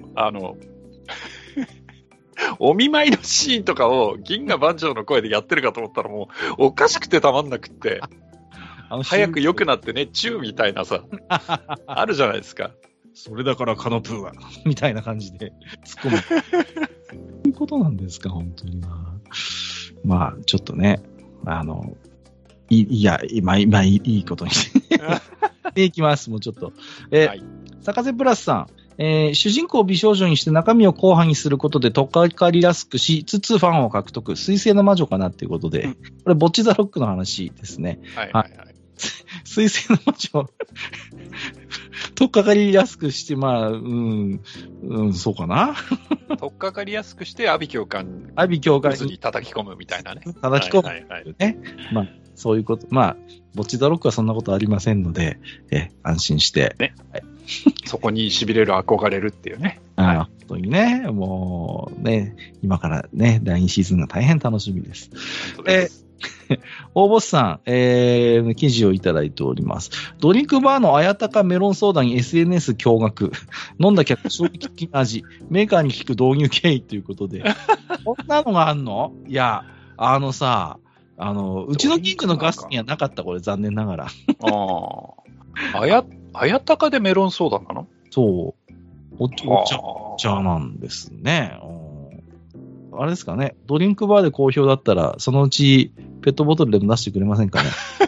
お見舞いのシーンとかを銀河万丈の声でやってるかと思ったらもうおかしくてたまんなくって、早く良くなってね、チューみたいなさ、あるじゃないですか。 それだからカノプーは、みたいな感じで突っ込む。そういうことなんですか、本当にな。まあ、ちょっとね、いいことにしてでいきます、もうちょっと。はい、坂瀬プラスさん、主人公を美少女にして中身を硬派にすることでとっかかりやすくしつつファンを獲得、水星の魔女かなっていうことで、これボッチザロックの話ですね。水星の魔女とっかかりやすくして、そうかな。 とっかかりやすくして、阿鼻教官に叩き込むみたいなね。 叩き込む。ね。まあ、そういうこと。まあ、ボッチザロックはそんなことありませんので、安心して。 ね。はい、そこに痺れる、憧れるっていうね。 本当にね、もうね、今からね、第2シーズンが大変楽しみです。大ボスさん、記事をいただいております。ドリンクバーの綾鷹メロンソーダに SNS 驚愕。飲んだ客衝撃的な味。メーカーに聞く導入経緯ということで。こんなのがあんの？いや、うちの近所のガスにはなかった、これ、残念ながら。 綾鷹でメロンソーダなの？ そう。お茶なんですね。あれですかね。ドリンクバーで好評だったら、そのうちペットボトルでも出してくれませんかね。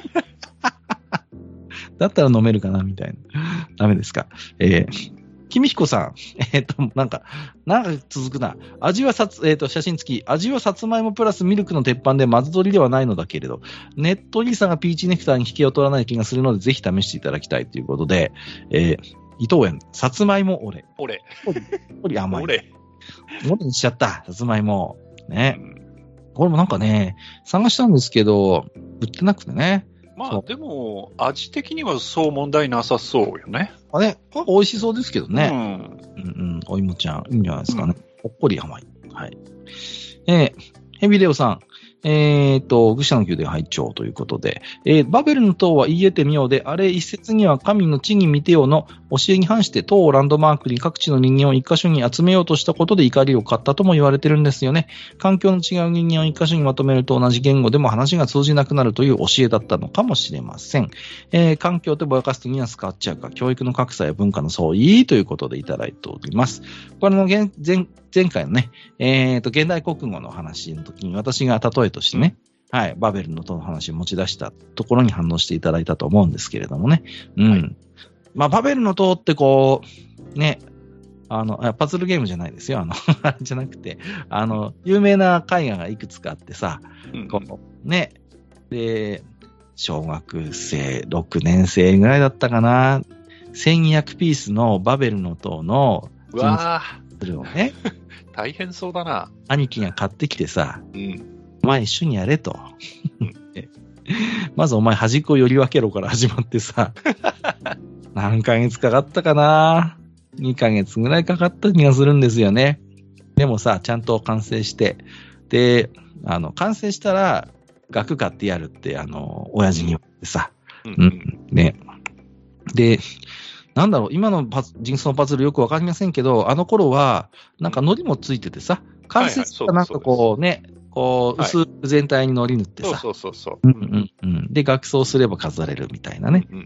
だったら飲めるかなみたいな。ダメですか。君彦さん。なんか続くな。味は写真付き。味はさつまいもプラスミルクの鉄板でまず取りではないのだけれど、ねっとりさがピーチネクターに引けを取らない気がするので、ぜひ試していただきたいということで、伊藤園、さつまいもオレ甘い。オレにしちゃった、さつまいも。ね。これもなんかね、探したんですけど、売ってなくてね。 まあでも、味的にはそう問題なさそうよね。 なんか美味しそうですけどね。お芋ちゃん、いいんじゃないですかね。ほっこり甘い。はい。ヘビレオさん。愚者の宮殿拝聴ということで、バベルの塔は言い得て妙で、あれ一説には神の地に見てよの教えに反して塔をランドマークに各地の人間を一箇所に集めようとしたことで怒りを買ったとも言われてるんですよね。環境の違う人間を一箇所にまとめると同じ言語でも話が通じなくなるという教えだったのかもしれません。環境とぼやかすときには使っちゃうか、教育の格差や文化の相違ということでいただいております。これの前回のね、現代国語の話の時に私が例えとしてね、はい、バベルの塔の話を持ち出したところに反応していただいたと思うんですけれどもね。はい、まあ、バベルの塔ってこう、ね、パズルゲームじゃないですよ。あれじゃなくて、有名な絵画がいくつかあってさ、こうね、で、小学生6年生ぐらいだったかな、1200ピースのバベルの塔のパズルをね、 大変そうだな。 兄貴が買ってきてさ、お前一緒にやれと。まずお前端っこを寄り分けろから始まってさ、何ヶ月かかったかな ?2 ヶ月ぐらいかかった気がするんですよね。でもさ、ちゃんと完成して、で、完成したら、額買ってやるって、親父に言ってさ、ね。で、なんだろう、今のジンソンパズルよくわかりませんけど、あの頃は、なんか糊もついててさ、完成したらなんかこうね、こう、薄く全体に糊塗ってさ、で、額装すれば飾れるみたいなね。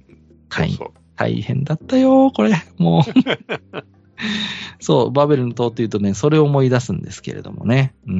大変だったよ、これ。もう。そう、バベルの塔っていうとね、それを思い出すんですけれどもね。うん。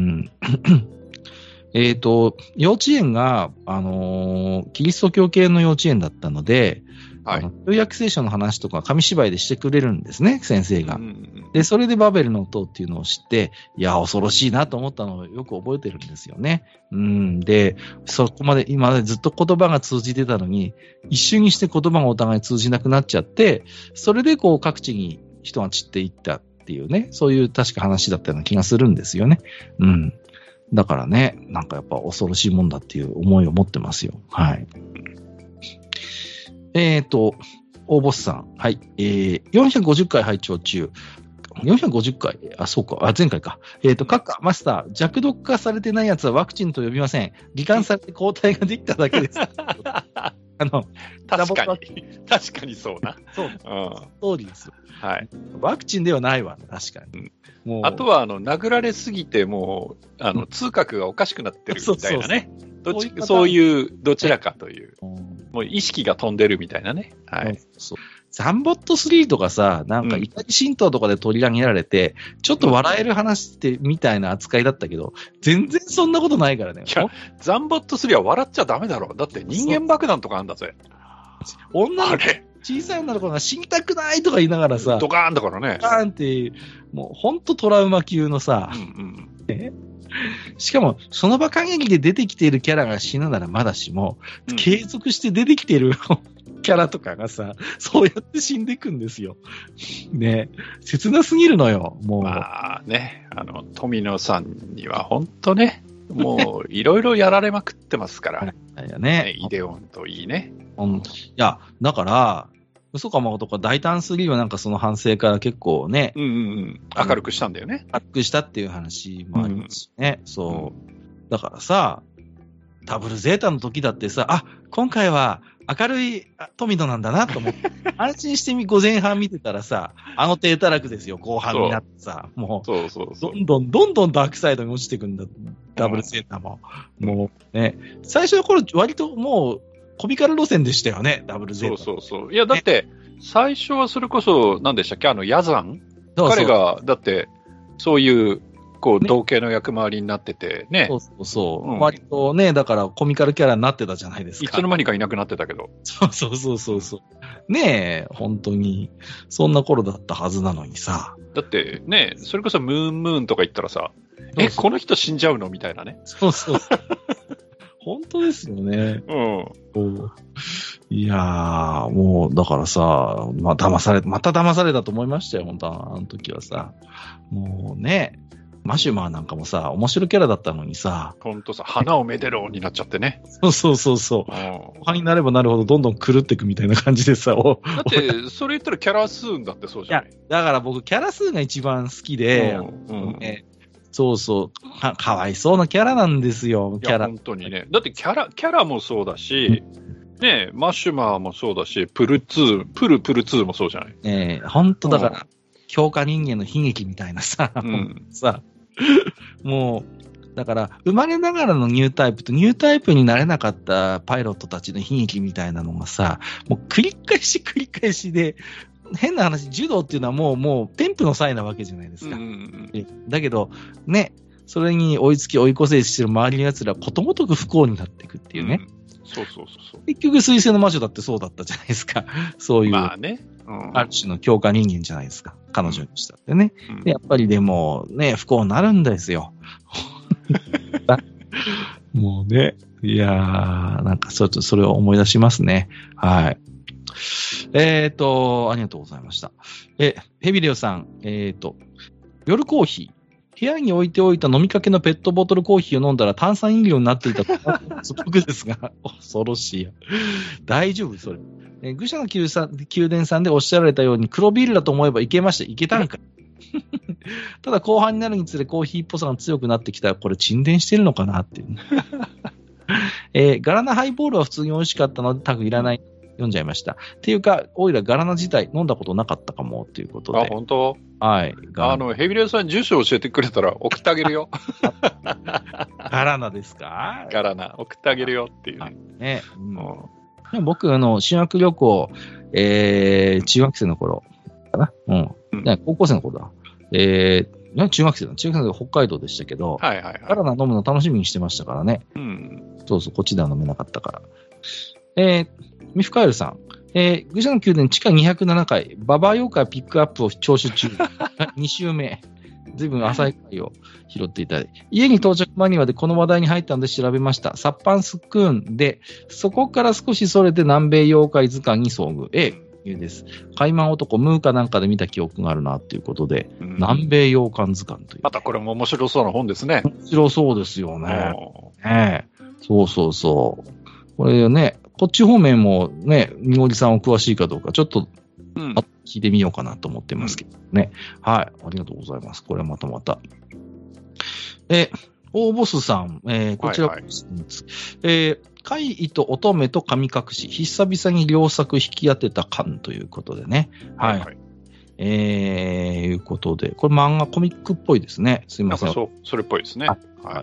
幼稚園が、キリスト教系の幼稚園だったので、はい、旧約聖書の話とか紙芝居でしてくれるんですね、先生が。で、それでバベルの塔っていうのを知って、いや、恐ろしいなと思ったのをよく覚えてるんですよね。で、そこまで、今までずっと言葉が通じてたのに、一瞬にして言葉がお互い通じなくなっちゃって、それでこう各地に人が散っていったっていうね、そういう確か話だったような気がするんですよね。うん。だからね、なんかやっぱ恐ろしいもんだっていう思いを持ってますよ。はい。大ボスさん。はい。450回拝聴中。450回そうか。前回か。閣下、マスター、弱毒化されてないやつはワクチンと呼びません。罹患されて抗体ができただけです。 確かにそうな。 そう。通りです。 はい。 ワクチンではないわ、確かに。 もうあとは、殴られすぎて、もう、痛覚がおかしくなってるみたいなね。そういう、どちらかという。もう意識が飛んでるみたいなね。はい。 ザンボット3とかさ、なんか怒り神道とかで取り上げられて、ちょっと笑える話ってみたいな扱いだったけど、全然そんなことないからね。 いや、ザンボット3は笑っちゃダメだろ。だって人間爆弾とかあんだぜ。 女の子、小さい女の子が死にたくないとか言いながらさ、 ドカーンだからね。 ドカーンって、もうほんとトラウマ級のさ、しかも、その場限りで出てきているキャラが死ぬならまだしも、継続して出てきているキャラとかがさ、そうやって死んでいくんですよ。ね、切なすぎるのよ、もう。 まあね、富野さんには本当ね、もういろいろやられまくってますから。 ね、 イデオンといいね。 いや、だから、嘘か誠か大胆3はなんかその反省から結構ね、 明るくしたんだよね。 明るくしたっていう話もありますしね。そう。だからさ、ダブルゼータの時だってさ、今回は明るい富野なんだなと思って、安心して前半見てたらさ、低たらくですよ、後半になってさ、もう、どんどんダークサイドに落ちていくんだ、ダブルゼータも。もうね、最初の頃割ともう、コミカル路線でしたよね、ダブルゼータ。 そう。いや、だって、最初はそれこそ、何でしたっけ、ヤザン？彼が、だって、そういう、同系の役回りになってて、ね。 そう。割とね、だからコミカルキャラになってたじゃないですか。 いつの間にかいなくなってたけど。 そう。ねえ、本当に、そんな頃だったはずなのにさ。 だって、ね、それこそムーンとか言ったらさ、この人死んじゃうのみたいなね。 そう。本当ですよね。いやー、もう、だからさ、また騙されたと思いましたよ、本当は、あの時はさ。もうね、マシュマーなんかもさ、面白いキャラだったのにさ。 本当さ、花をめでろになっちゃってね。 そう。後半になればなるほど、どんどん狂っていくみたいな感じでさ。だって、それ言ったらキャラ数だってそうじゃない？いや、 だから僕、キャラ数が一番好きで、かわいそうなキャラなんですよ、キャラ。 本当にね。だってキャラもそうだし、ね、マシュマーもそうだし、プル2もそうじゃない？ 本当だから、強化人間の悲劇みたいなさ、もう、だから、生まれながらのニュータイプとニュータイプになれなかったパイロットたちの悲劇みたいなのがさ、もう繰り返しで、変な話、柔道っていうのはもう、添付の際なわけじゃないですか。だけど、ね、それに追い越せしてる周りの奴らはことごとく不幸になっていくっていうね。 そう。 結局、水星の魔女だってそうだったじゃないですか。そういう。 まあね。 ある種の強化人間じゃないですか。彼女にしたってね。でやっぱりでも、ね、不幸になるんですよ。もうね。いやー、なんかちょっとそれを思い出しますね。はい。ありがとうございました。ヘビレオさん、夜コーヒー。部屋に置いておいた飲みかけのペットボトルコーヒーを飲んだら炭酸飲料になっていたと。すごくですが、恐ろしいや。大丈夫それ。愚者の宮殿さんでおっしゃられたように黒ビールだと思えばいけました。いけたんか。ただ後半になるにつれコーヒーっぽさが強くなってきたらこれ沈殿してるのかなっていう。ガラナハイボールは普通に美味しかったのでタグいらない。読んじゃいました。っていうか、オイラガラナ自体飲んだことなかったかもということで。 本当？ はい。 ヘビレオさん住所教えてくれたら送ってあげるよ。 ガラナですか？ ガラナ送ってあげるよっていうね。 でも僕、修学旅行、 中学生の頃かな。高校生の頃だ。中学生の頃北海道でしたけど、バナナ飲むの楽しみにしてましたからね。そうそう、こっちでは飲めなかったから。ミフカエルさん。愚者の宮殿地下207階、ババア妖怪ピックアップを聴取中。2週目。ずいぶん浅い回を拾っていただいて。家に到着マニュアでこの話題に入ったので調べました。サッパンスクーンで、そこから少しそれて南米妖怪図鑑に遭遇。です。海満男ムーかなんかで見た記憶があるなということで、南米妖怪図鑑という。 またこれも面白そうな本ですね。 面白そうですよね。そうそうそう。これね、こっち方面もね、みごりさんお詳しいかどうか、ちょっと、聞いてみようかなと思ってますけどね。はい。ありがとうございます。これはまた。大ボスさん、こちら、怪異と乙女と神隠し、久々に両作引き当てた感ということでね。いうことで、これ漫画コミックっぽいですね。すいません。 それっぽいですね。 ハ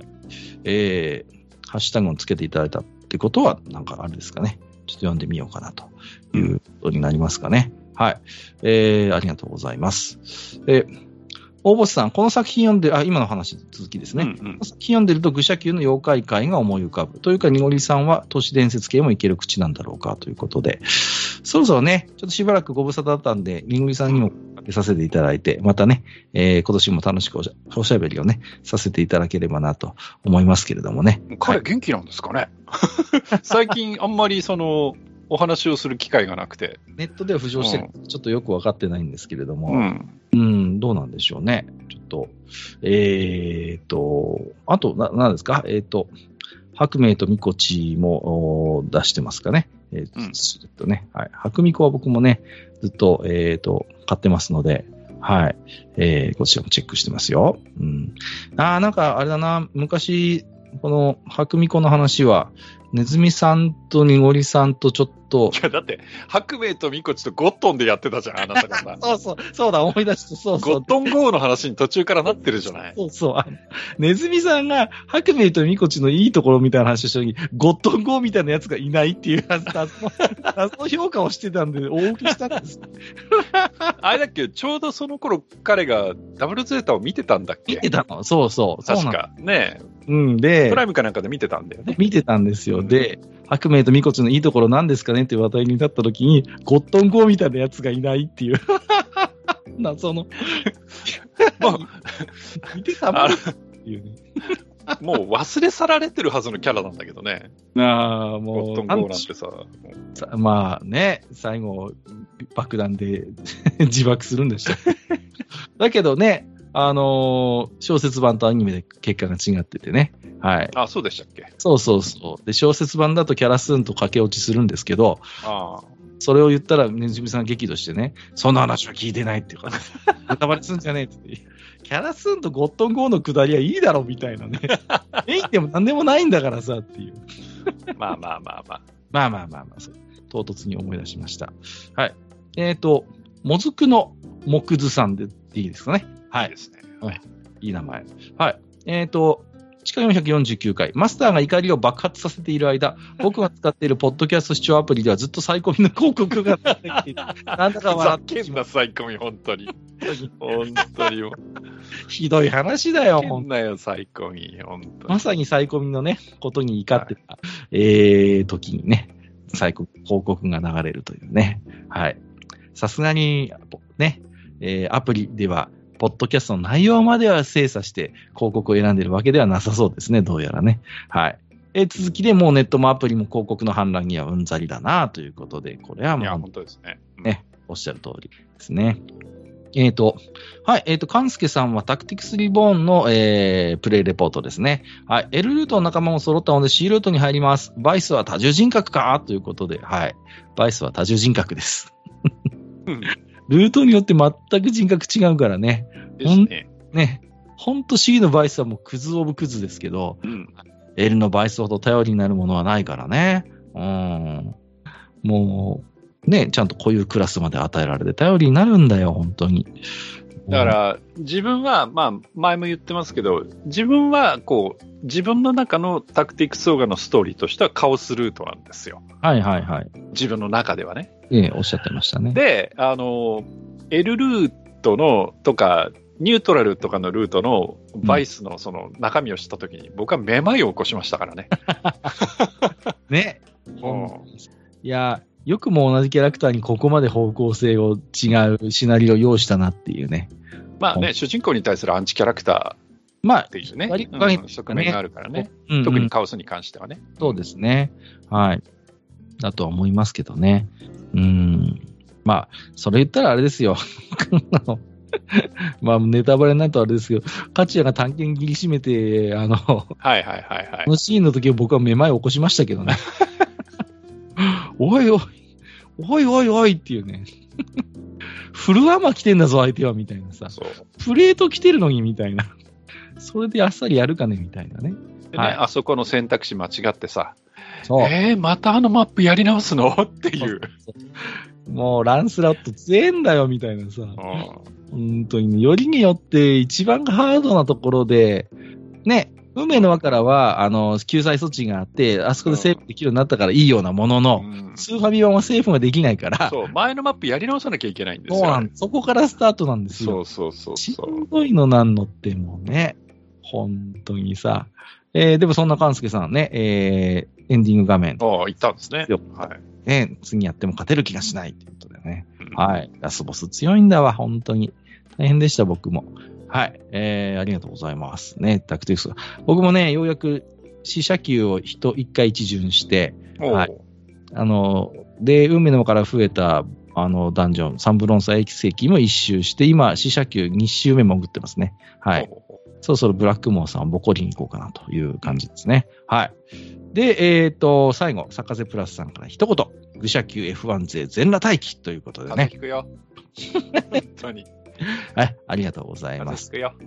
ッシュタグをつけていただいたってことは、なんかあれですかね。ちょっと読んでみようかなということになりますかね。はい。ありがとうございます。大ボスさん、この作品読んで、今の話続きですね。この作品読んでると愚者級の妖怪界が思い浮かぶ。というか、にごりさんは都市伝説系もいける口なんだろうかということで、そろそろね、ちょっとしばらくご無沙汰だったんで、にごりさんにもかけさせていただいて、またね、今年も楽しくおしゃべりをね、させていただければなと思いますけれどもね。 彼元気なんですかね。最近あんまりお話をする機会がなくて。 ネットでは浮上してる、ちょっとよくわかってないんですけれども、どうなんでしょうね。ちょっと、あと、何ですか白明とみこちも出してますかね。はい。白みこは僕もね、ずっと、買ってますので、はい。こちらもチェックしてますよ。なんか、あれだな、昔、この、白みこの話は、ネズミさんとにごりさんとちょっと。 いや、だって、白明とみこちとゴットンでやってたじゃん、あなたがさ。そうだ、思い出して、そう。 ゴットン GO の話に途中からなってるじゃない。 そう。ネズミさんが白明とみこちのいいところみたいな話をした時に、ゴットン GO みたいなやつがいないっていう謎の評価をしてたんで、大受けしたんです。 あれだっけ、ちょうどその頃彼がダブルゼータを見てたんだっけ。 見てたの、そう。 確か。ねで、 プライムかなんかで見てたんだよね。 見てたんですよ。で、白明とみこちのいいところ何ですかねって話題になった時に、ゴットン GO みたいなやつがいないっていう。謎の。見てたもんっていうね。 もう忘れ去られてるはずのキャラなんだけどね。 もう。 ゴットン GO なんてさ。 まあね、最後、爆弾で自爆するんでした。だけどね、小説版とアニメで結果が違っててね。はい。 そうでしたっけ。 そう。で、小説版だとキャラスーンと駆け落ちするんですけど、それを言ったら、ねじみさんが激怒してね、そんな話は聞いてないっていうか、ネタバレすんじゃねえって。キャラスーンとゴットン GO のくだりはいいだろみたいなね。メインでも何でもないんだからさっていう。 まあ、 唐突に思い出しました。はい。もずくの木図さんでいいですかね。はい。 いいですね。 いい名前。はい。地下449回、マスターが怒りを爆発させている間、僕が使っているポッドキャスト視聴アプリではずっとサイコミの広告が出てきていた。なんだか笑ってしまう。サイコミ、本当に。本当に。 ひどい話だよ、 ほんとよ、サイコミ、本当に。 まさにサイコミのね、ことに怒ってた、時にね、サイコミ広告が流れるというね。はい。さすがに、ね、アプリでは、ポッドキャストの内容までは精査して広告を選んでいるわけではなさそうですね、どうやらね。はい。続きでもうネットもアプリも広告の反乱にはうんざりだなということで、これはもう。いや、本当ですね。 ね、おっしゃる通りですね。はい、カンスケさんはタクティクスリボーンの、プレイレポートですね。はい、L ルートの仲間も揃ったので C ルートに入ります。バイスは多重人格かということで、はい。バイスは多重人格です。ルートによって全く人格違うからね。 ですね。 ね。ほんと C のバイスはもうクズオブクズですけど、L のバイスほど頼りになるものはないからね。もう、ね、ちゃんとこういうクラスまで与えられて頼りになるんだよ、本当に。 だから、自分は、まあ、前も言ってますけど、自分は、自分の中のタクティクスオーガのストーリーとしてはカオスルートなんですよ。 はいはいはい。 自分の中ではね。 おっしゃってましたね。 で、L ルートのとか、ニュートラルとかのルートのバイスのその中身を知ったときに、僕はめまいを起こしましたからね。 ね。いや、よくも同じキャラクターにここまで方向性を違うシナリオを用意したなっていうね。 まあね、主人公に対するアンチキャラクターっていうね、側面があるからね、特にカオスに関してはね。 そうですね。はい。だとは思いますけどね。まあ、それ言ったらあれですよ。まあ、ネタバレになるとあれですけど、カチヤが探検切り締めて、 はいはいはいはい。 このシーンの時は僕はめまいを起こしましたけどね。おいおい、おいおいおいっていうね。フルアーマー来てんだぞ、相手は、みたいなさ。プレート来てるのに、みたいな。それであっさりやるかね、みたいなね。 でね、あそこの選択肢間違ってさ、またあのマップやり直すのっていう。 もうランスラット強えんだよ、みたいなさ。本当に、よりによって一番ハードなところで、ね、運命の輪からは、救済措置があって、あそこでセーフできるようになったからいいようなものの、スーファミ版はセーフができないから。 そう、前のマップやり直さなきゃいけないんですよ。 そうなんです。そこからスタートなんですよ。 そう。 しんどいのなんのってもうね、本当にさ。でもそんな勘介さんね、エンディング画面。 行ったんですね。 はい。次やっても勝てる気がしないということでね。はい。ラスボス強いんだわ、本当に。大変でした、僕も。はい。ありがとうございます。ね、タクティクス。僕もね、ようやく試写球を一回一巡して、はい。で、運命の輪から増えた、ダンジョン、サンブロンサエキセキも一周して、今、試写球2周目潜ってますね。はい。そろそろブラックモーさんをボコリに行こうかなという感じですね。はい。で、最後、サカゼプラスさんから一言。愚者級 F1 勢全裸待機ということでね。 聞くよ。本当に。 はい、ありがとうございます。 はい。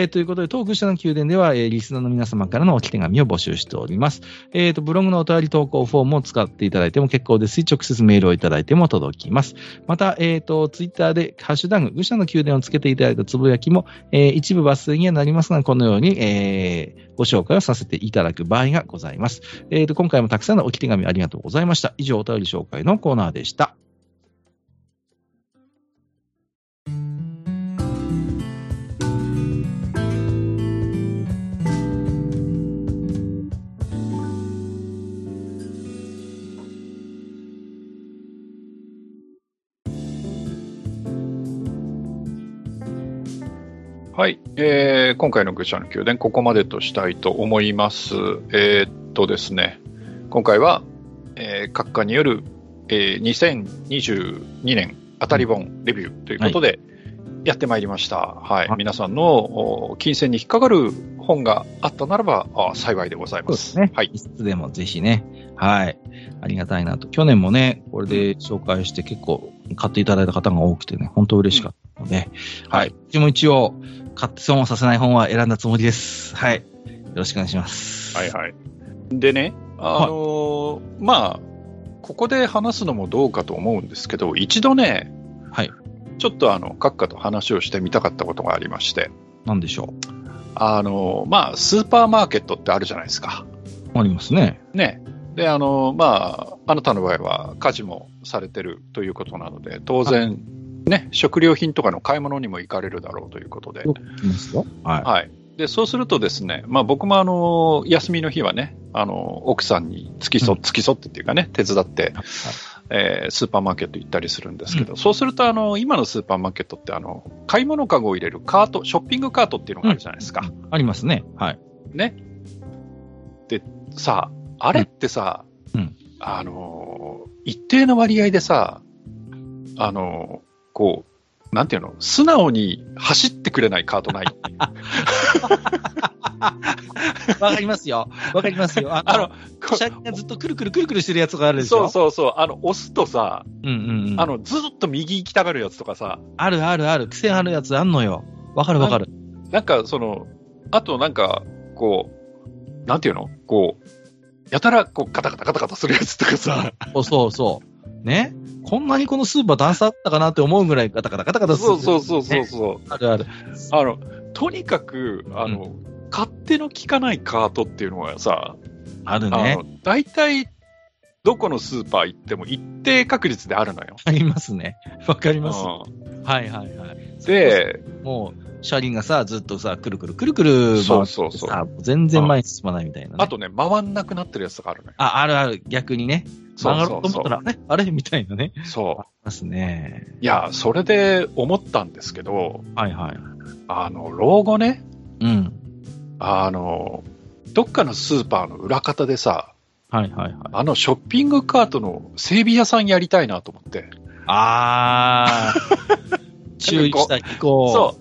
ということで、当愚者の宮殿では、リスナーの皆様からの置き手紙を募集しております。ブログのお便り投稿フォームを使っていただいても結構ですし、直接メールをいただいても届きます。また、ツイッターで、ハッシュタグ、愚者の宮殿をつけていただいたつぶやきも、一部抜粋にはなりますが、このように、ご紹介をさせていただく場合がございます。今回もたくさんの置き手紙ありがとうございました。以上、お便り紹介のコーナーでした。 はい、今回の愚者の宮殿ここまでとしたいと思います。ですね、今回は、閣下による、2022年当たり本レビューということでやってまいりました。はい、皆さんの金銭に引っかかる本があったならば幸いでございます。 そうですね。はい。いつでもぜひね、はい、ありがたいなと。去年もね、これで紹介して結構買っていただいた方が多くてね、本当嬉しかったので、はい。うちも一応買って損をさせない本は選んだつもりです。はい。よろしくお願いします。 はいはい。でね、まあ、ここで話すのもどうかと思うんですけど、一度ね、 はい。 ちょっと閣下と話をしてみたかったことがありまして。 何でしょう。 スーパーマーケットってあるじゃないですか。 ありますね。 ね。で、あなたの場合は家事もされてるということなので、当然、ね、食料品とかの買い物にも行かれるだろうということで。 よく来ますよ。 はい。はい。で、そうするとですね、僕も休みの日はね、奥さんに付き添ってっていうかね、手伝って、スーパーマーケット行ったりするんですけど、そうすると今のスーパーマーケットって買い物カゴを入れるカート、ショッピングカートっていうのがあるじゃないですか。 ありますね。はい。 ね。で、さ、あれってさ、一定の割合でさ、なんていうの、素直に走ってくれないカートない。 わかりますよ。わかりますよ。車輪がずっとくるくるくるくるしてるやつがあるでしょ。 そう。押すとさ、ずっと右行きたがるやつとかさ。 ある。癖あるやつあんのよ。わかる。 なんか、あとなんか、なんていうのやたら、カタカタするやつとかさ。 そう。ね。 こんなにこのスーパー段差あったかなって思うぐらいガタガタガタガタする、 ね。そう。 あるある。 とにかく、勝手の利かないカートっていうのはさ、 あるね。 大体、どこのスーパー行っても一定確率であるのよ。 ありますね。わかります。はいはいはい。 で、 もう、車輪がさ、ずっとさ、くるくるくるくる回ってさ、全然前に進まないみたいな、ね。 あとね、回んなくなってるやつがあるのよ。 あるある、逆にね。曲がろうと思ったら、あれみたいなね。 そう。 ありますね。 いや、それで思ったんですけど、 はいはい。 老後ね、 うん。 どっかのスーパーの裏方でさ、 はいはいはい。 ショッピングカートの整備屋さんやりたいなと思って。 注意した飛行。 そう。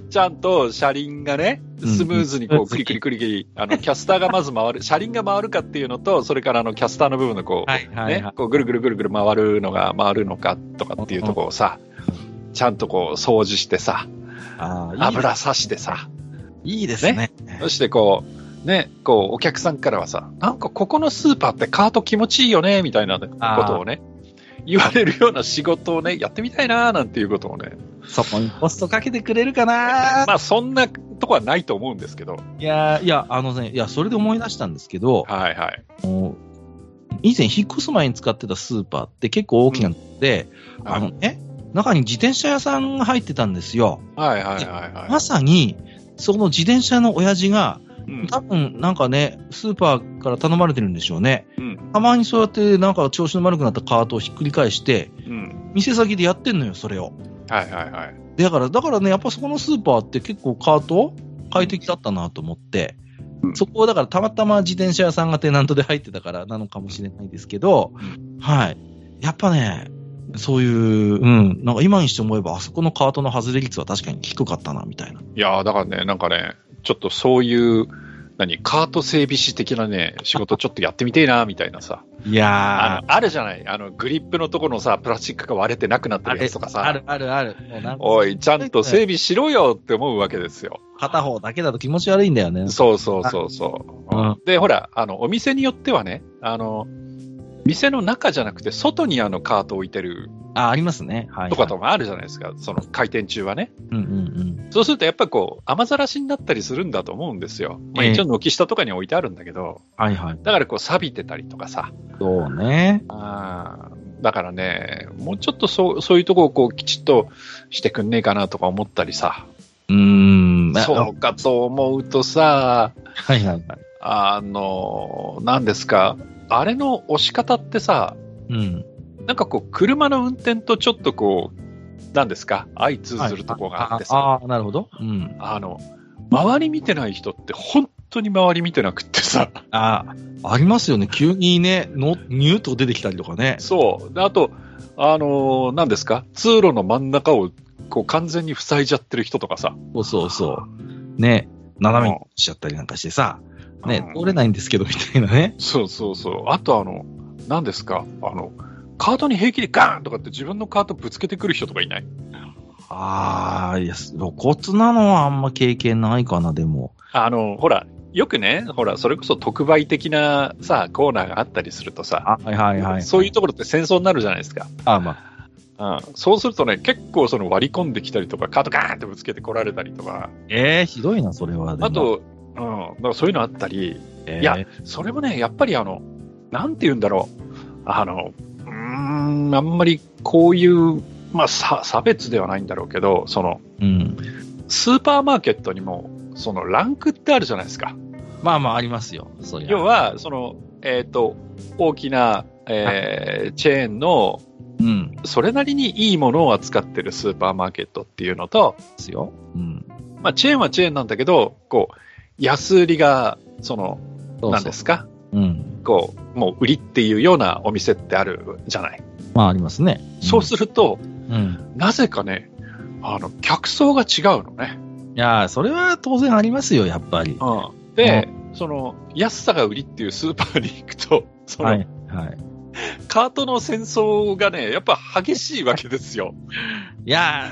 ちゃんと車輪がね、スムーズにこう、クリクリクリクリ、キャスターがまず回る、車輪が回るかっていうのと、それからキャスターの部分のこう、ね、こうぐるぐるぐるぐる回るのが回るのかとかっていうところをさ、ちゃんとこう、掃除してさ、油さしてさ。 いいですね。 そしてこう、ね、こう、お客さんからはさ、なんかここのスーパーってカート気持ちいいよね、みたいなことをね、言われるような仕事をね、やってみたいなーなんていうことをね。 そこにポストかけてくれるかなまあ、そんなとこはないと思うんですけど。 いや、それで思い出したんですけど、 はいはい。 以前引っ越す前に使ってたスーパーって結構大きなので、中に自転車屋さんが入ってたんですよ。 はいはいはいはい。 まさに、その自転車の親父が、多分なんかね、スーパーから頼まれてるんでしょうね。たまにそうやってなんか調子の悪くなったカートをひっくり返して、店先でやってんのよ、それを。 はいはいはい。 だからね、やっぱそこのスーパーって結構カート快適だったなと思って、そこをだからたまたま自転車屋さんがテナントで入ってたからなのかもしれないですけど、はい。やっぱね、そういう、なんか今にして思えばあそこのカートの外れ率は確かに低かったな、みたいな。 いやー、だからね、なんかね、ちょっとそういう、カート整備士的なね、仕事ちょっとやってみてえな、みたいなさ。 いやー。あるじゃない。グリップのところのさ、プラスチックが割れてなくなってるやつとかさ。 ある。 おい、ちゃんと整備しろよって思うわけですよ。 片方だけだと気持ち悪いんだよね。 そう。で、ほら、お店によってはね、店の中じゃなくて、外にカート置いてる。 ありますね。はい。 とかともあるじゃないですか。その開店中はね。 うん。 そうするとやっぱりこう、雨ざらしになったりするんだと思うんですよ。まあ一応軒下とかに置いてあるんだけど。 はいはい。 だからこう、錆びてたりとかさ。 そうね。 だからね、もうちょっとそういうとこをこう、きちっとしてくんねえかなとか思ったりさ。そうかと思うとさ。 はい。 何ですか。あれの押し方ってさ。なんかこう、車の運転とちょっとこう、何ですか相通ずるとこがあってさ。 なるほど。 周り見てない人って本当に周り見てなくってさ。 ありますよね。急にね、ニューと出てきたりとかね。 そう。であと、何ですか通路の真ん中をこう完全に塞いじゃってる人とかさ。 そう。ね、斜めにしちゃったりなんかしてさ。ね、通れないんですけど、みたいなね。 そう。あと何ですかカートに平気でガーンとかって自分のカートぶつけてくる人とかいない？ いや、露骨なのはあんま経験ないかな、でも。 ほら、よくね、それこそ特売的なさ、コーナーがあったりするとさ、 はい。 そういうところって戦争になるじゃないですか。そうするとね、結構割り込んできたりとか、カートガーンってぶつけてこられたりとか。 ひどいな、それは。 あと、だからそういうのあったり、いや、それもね、やっぱりなんて言うんだろう。あんまりこういう、まあ、差別ではないんだろうけど、スーパーマーケットにも、ランクってあるじゃないですか。 まあ、ありますよ。 要は、大きな、チェーンの、それなりにいいものを扱ってるスーパーマーケットっていうのと、まあ、チェーンはチェーンなんだけど、こう、安売りが、何ですか？こう、もう売りっていうようなお店ってあるじゃない。 まあ、ありますね。 そうすると、なぜかね、客層が違うのね。 いやー、それは当然ありますよ、やっぱり。 で、安さが売りっていうスーパーに行くと、カートの戦争がね、やっぱ激しいわけですよ。 いや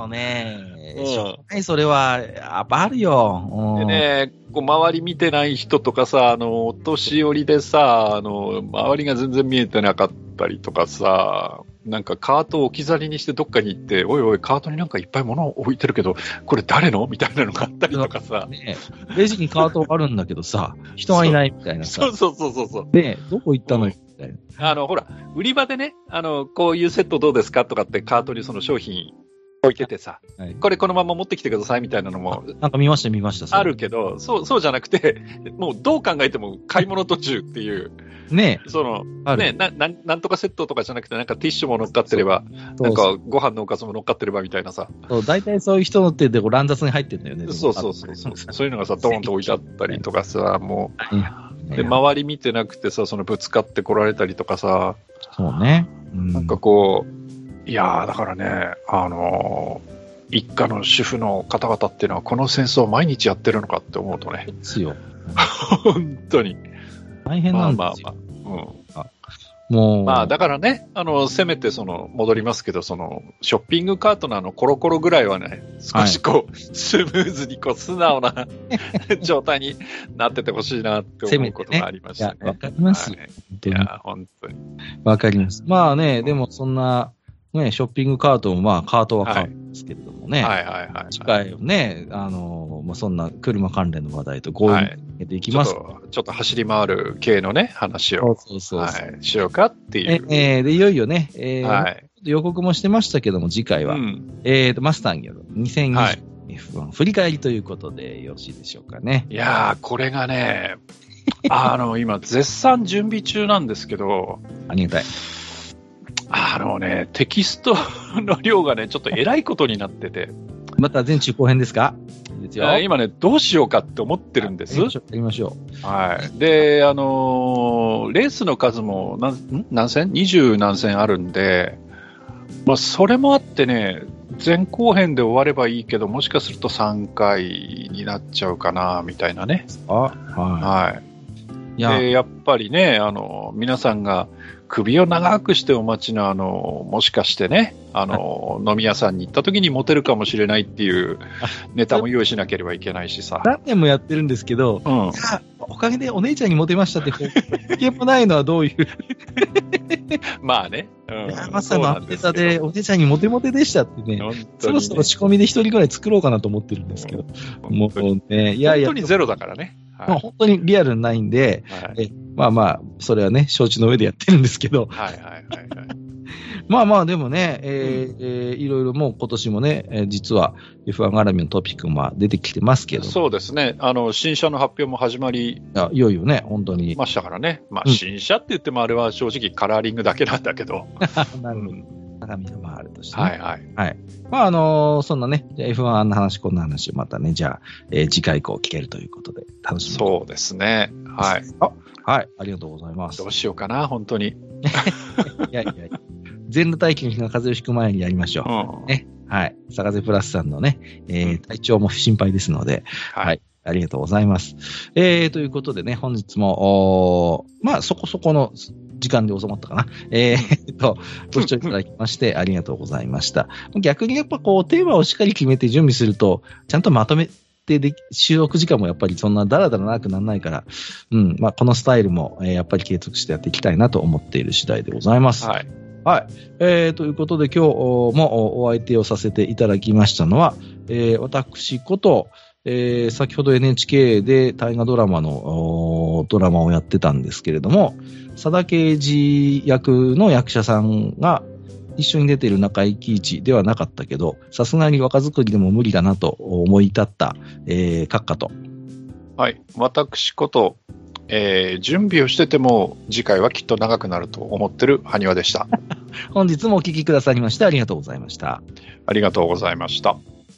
それは、やっぱあるよ。 でね、こう周り見てない人とかさ、お年寄りでさ、周りが全然見えてなかったりとかさ、 なんかカートを置き去りにしてどっかに行って、おいおい、カートになんかいっぱい物を置いてるけど、これ誰のみたいなのがあったりとかさ。 ね、レジにカートあるんだけどさ、人がいないみたいなさ。 そう。 で、どこ行ったのよみたいな。ほら、売り場でね、こういうセットどうですかとかってカートにその商品置いててさ、はい、これこのまま持ってきてくださいみたいなのも。 なんか見ました。 あるけど、そうじゃなくて、もうどう考えても買い物途中っていう。 ねえ。ねなんとかセットとかじゃなくて、なんかティッシュも乗っかってれば、なんかご飯のおかずも乗っかってればみたいなさ。 そう、大体そういう人の手で乱雑に入ってるんだよね。 そう。そういうのがさ、ドーンと置いてあったりとかさ、もう。で、周り見てなくてさ、ぶつかって来られたりとかさ。 そうね。 なんかこう、いやー、だからね、一家の主婦の方々っていうのは、この戦争を毎日やってるのかって思うとね。 ですよ。 本当に。 大変なんですよ。 もう。まあ、だからね、せめて戻りますけど、ショッピングカートのコロコロぐらいはね、少しこう、スムーズに素直な状態になっててほしいなって思うことがありましたね。 わかりますよ。 いや、本当に。 わかります。まあね、でもそんな、ね、ショッピングカートもまあカートは買うんですけれどもね。次回をね、そんな車関連の話題と強引に上げていきます。 ちょっと走り回る系のね、話を。しようかっていう。 で、いよいよね、予告もしてましたけども、次回は、マスターによる2020 F1 振り返りということでよろしいでしょうかね。 いやー、これがね、今絶賛準備中なんですけど。 ありがたい。 テキストの量がね、ちょっとえらいことになってて。 また前中後編ですか？いいですよ。 今ね、どうしようかって思ってるんです。 やりましょう。はい。で、レースの数も何戦 ?20 何戦あるんで、まあ、それもあってね、前後編で終わればいいけど、もしかすると3回になっちゃうかな、みたいなね。はい。で、やっぱりね、皆さんが、首を長くしてお待ちのもしかしてね、飲み屋さんに行った時にモテるかもしれないっていうネタも用意しなければいけないしさ。 何年もやってるんですけど、おかげでお姉ちゃんにモテましたって経験もないのはどういうまあね。 まさのアフネタでお姉ちゃんにモテモテでしたってね、そろそろ仕込みで一人ぐらい作ろうかなと思ってるんですけど。もうね、 本当にゼロだからね。 本当にリアルないんで、まあ、それはね、承知の上でやってるんですけど。まあ、でもね、いろいろもう今年もね、実は F1 絡みのトピックも出てきてますけど。 そうですね。新車の発表も始まり。 いよいよね、本当に。 ましたからね。まあ、新車って言ってもあれは正直カラーリングだけなんだけど。 なるほど。鏡の回るとしてね。まあ、そんなね、F1 の話、こんな話をまたね、じゃあ、次回以降聞けるということで、楽しみ。 そうですね。はい。 はい、ありがとうございます。 どうしようかな、本当に。 いや、全裸待機の日が風邪をひく前にやりましょう。ね。はい。サカゼプラスさんのね、体調も心配ですので、はい。ありがとうございます。ということでね、本日も、まあ、そこそこの時間で収まったかな。ご視聴いただきましてありがとうございました。逆にやっぱこう、テーマをしっかり決めて準備すると、ちゃんとまとめて収録時間もやっぱりそんなダラダラ長くならないから、まあ、このスタイルも、やっぱり継続してやっていきたいなと思っている次第でございます。はい。ということで今日もお相手をさせていただきましたのは、私こと、先ほど NHK で大河ドラマをやってたんですけれども、佐田啓二役の役者さんが一緒に出ている中井貴一ではなかったけど、さすがに若作りでも無理だなと思い立った、閣下と。 はい。私こと、準備をしてても次回はきっと長くなると思ってる埴輪でした。 本日もお聞きくださりましてありがとうございました。 ありがとうございました。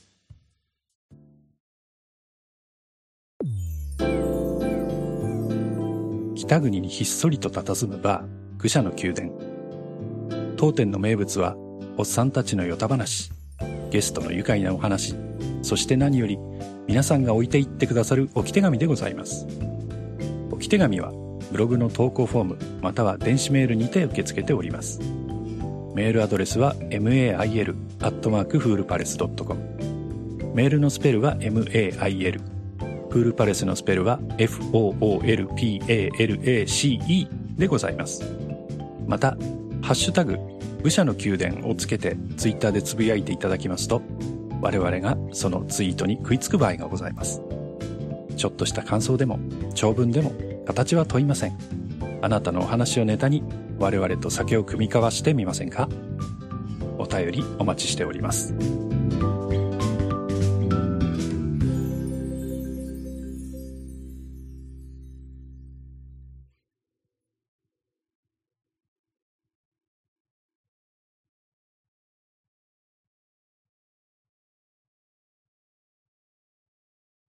北国にひっそりと佇むバー、愚者の宮殿。当店の名物はおっさんたちのよた話、ゲストの愉快なお話、そして何より皆さんが置いていってくださる置き手紙でございます。置き手紙はブログの投稿フォームまたは電子メールにて受け付けております。メールアドレスは mail@foolpalace.com。 メールのスペルは mail、フールパレスのスペルは foolpalace でございます。またハッシュタグ愚者の宮殿をつけてツイッターでつぶやいていただきますと、我々がそのツイートに食いつく場合がございます。ちょっとした感想でも長文でも形は問いません。あなたのお話をネタに我々と酒を酌み交わしてみませんか？お便りお待ちしております。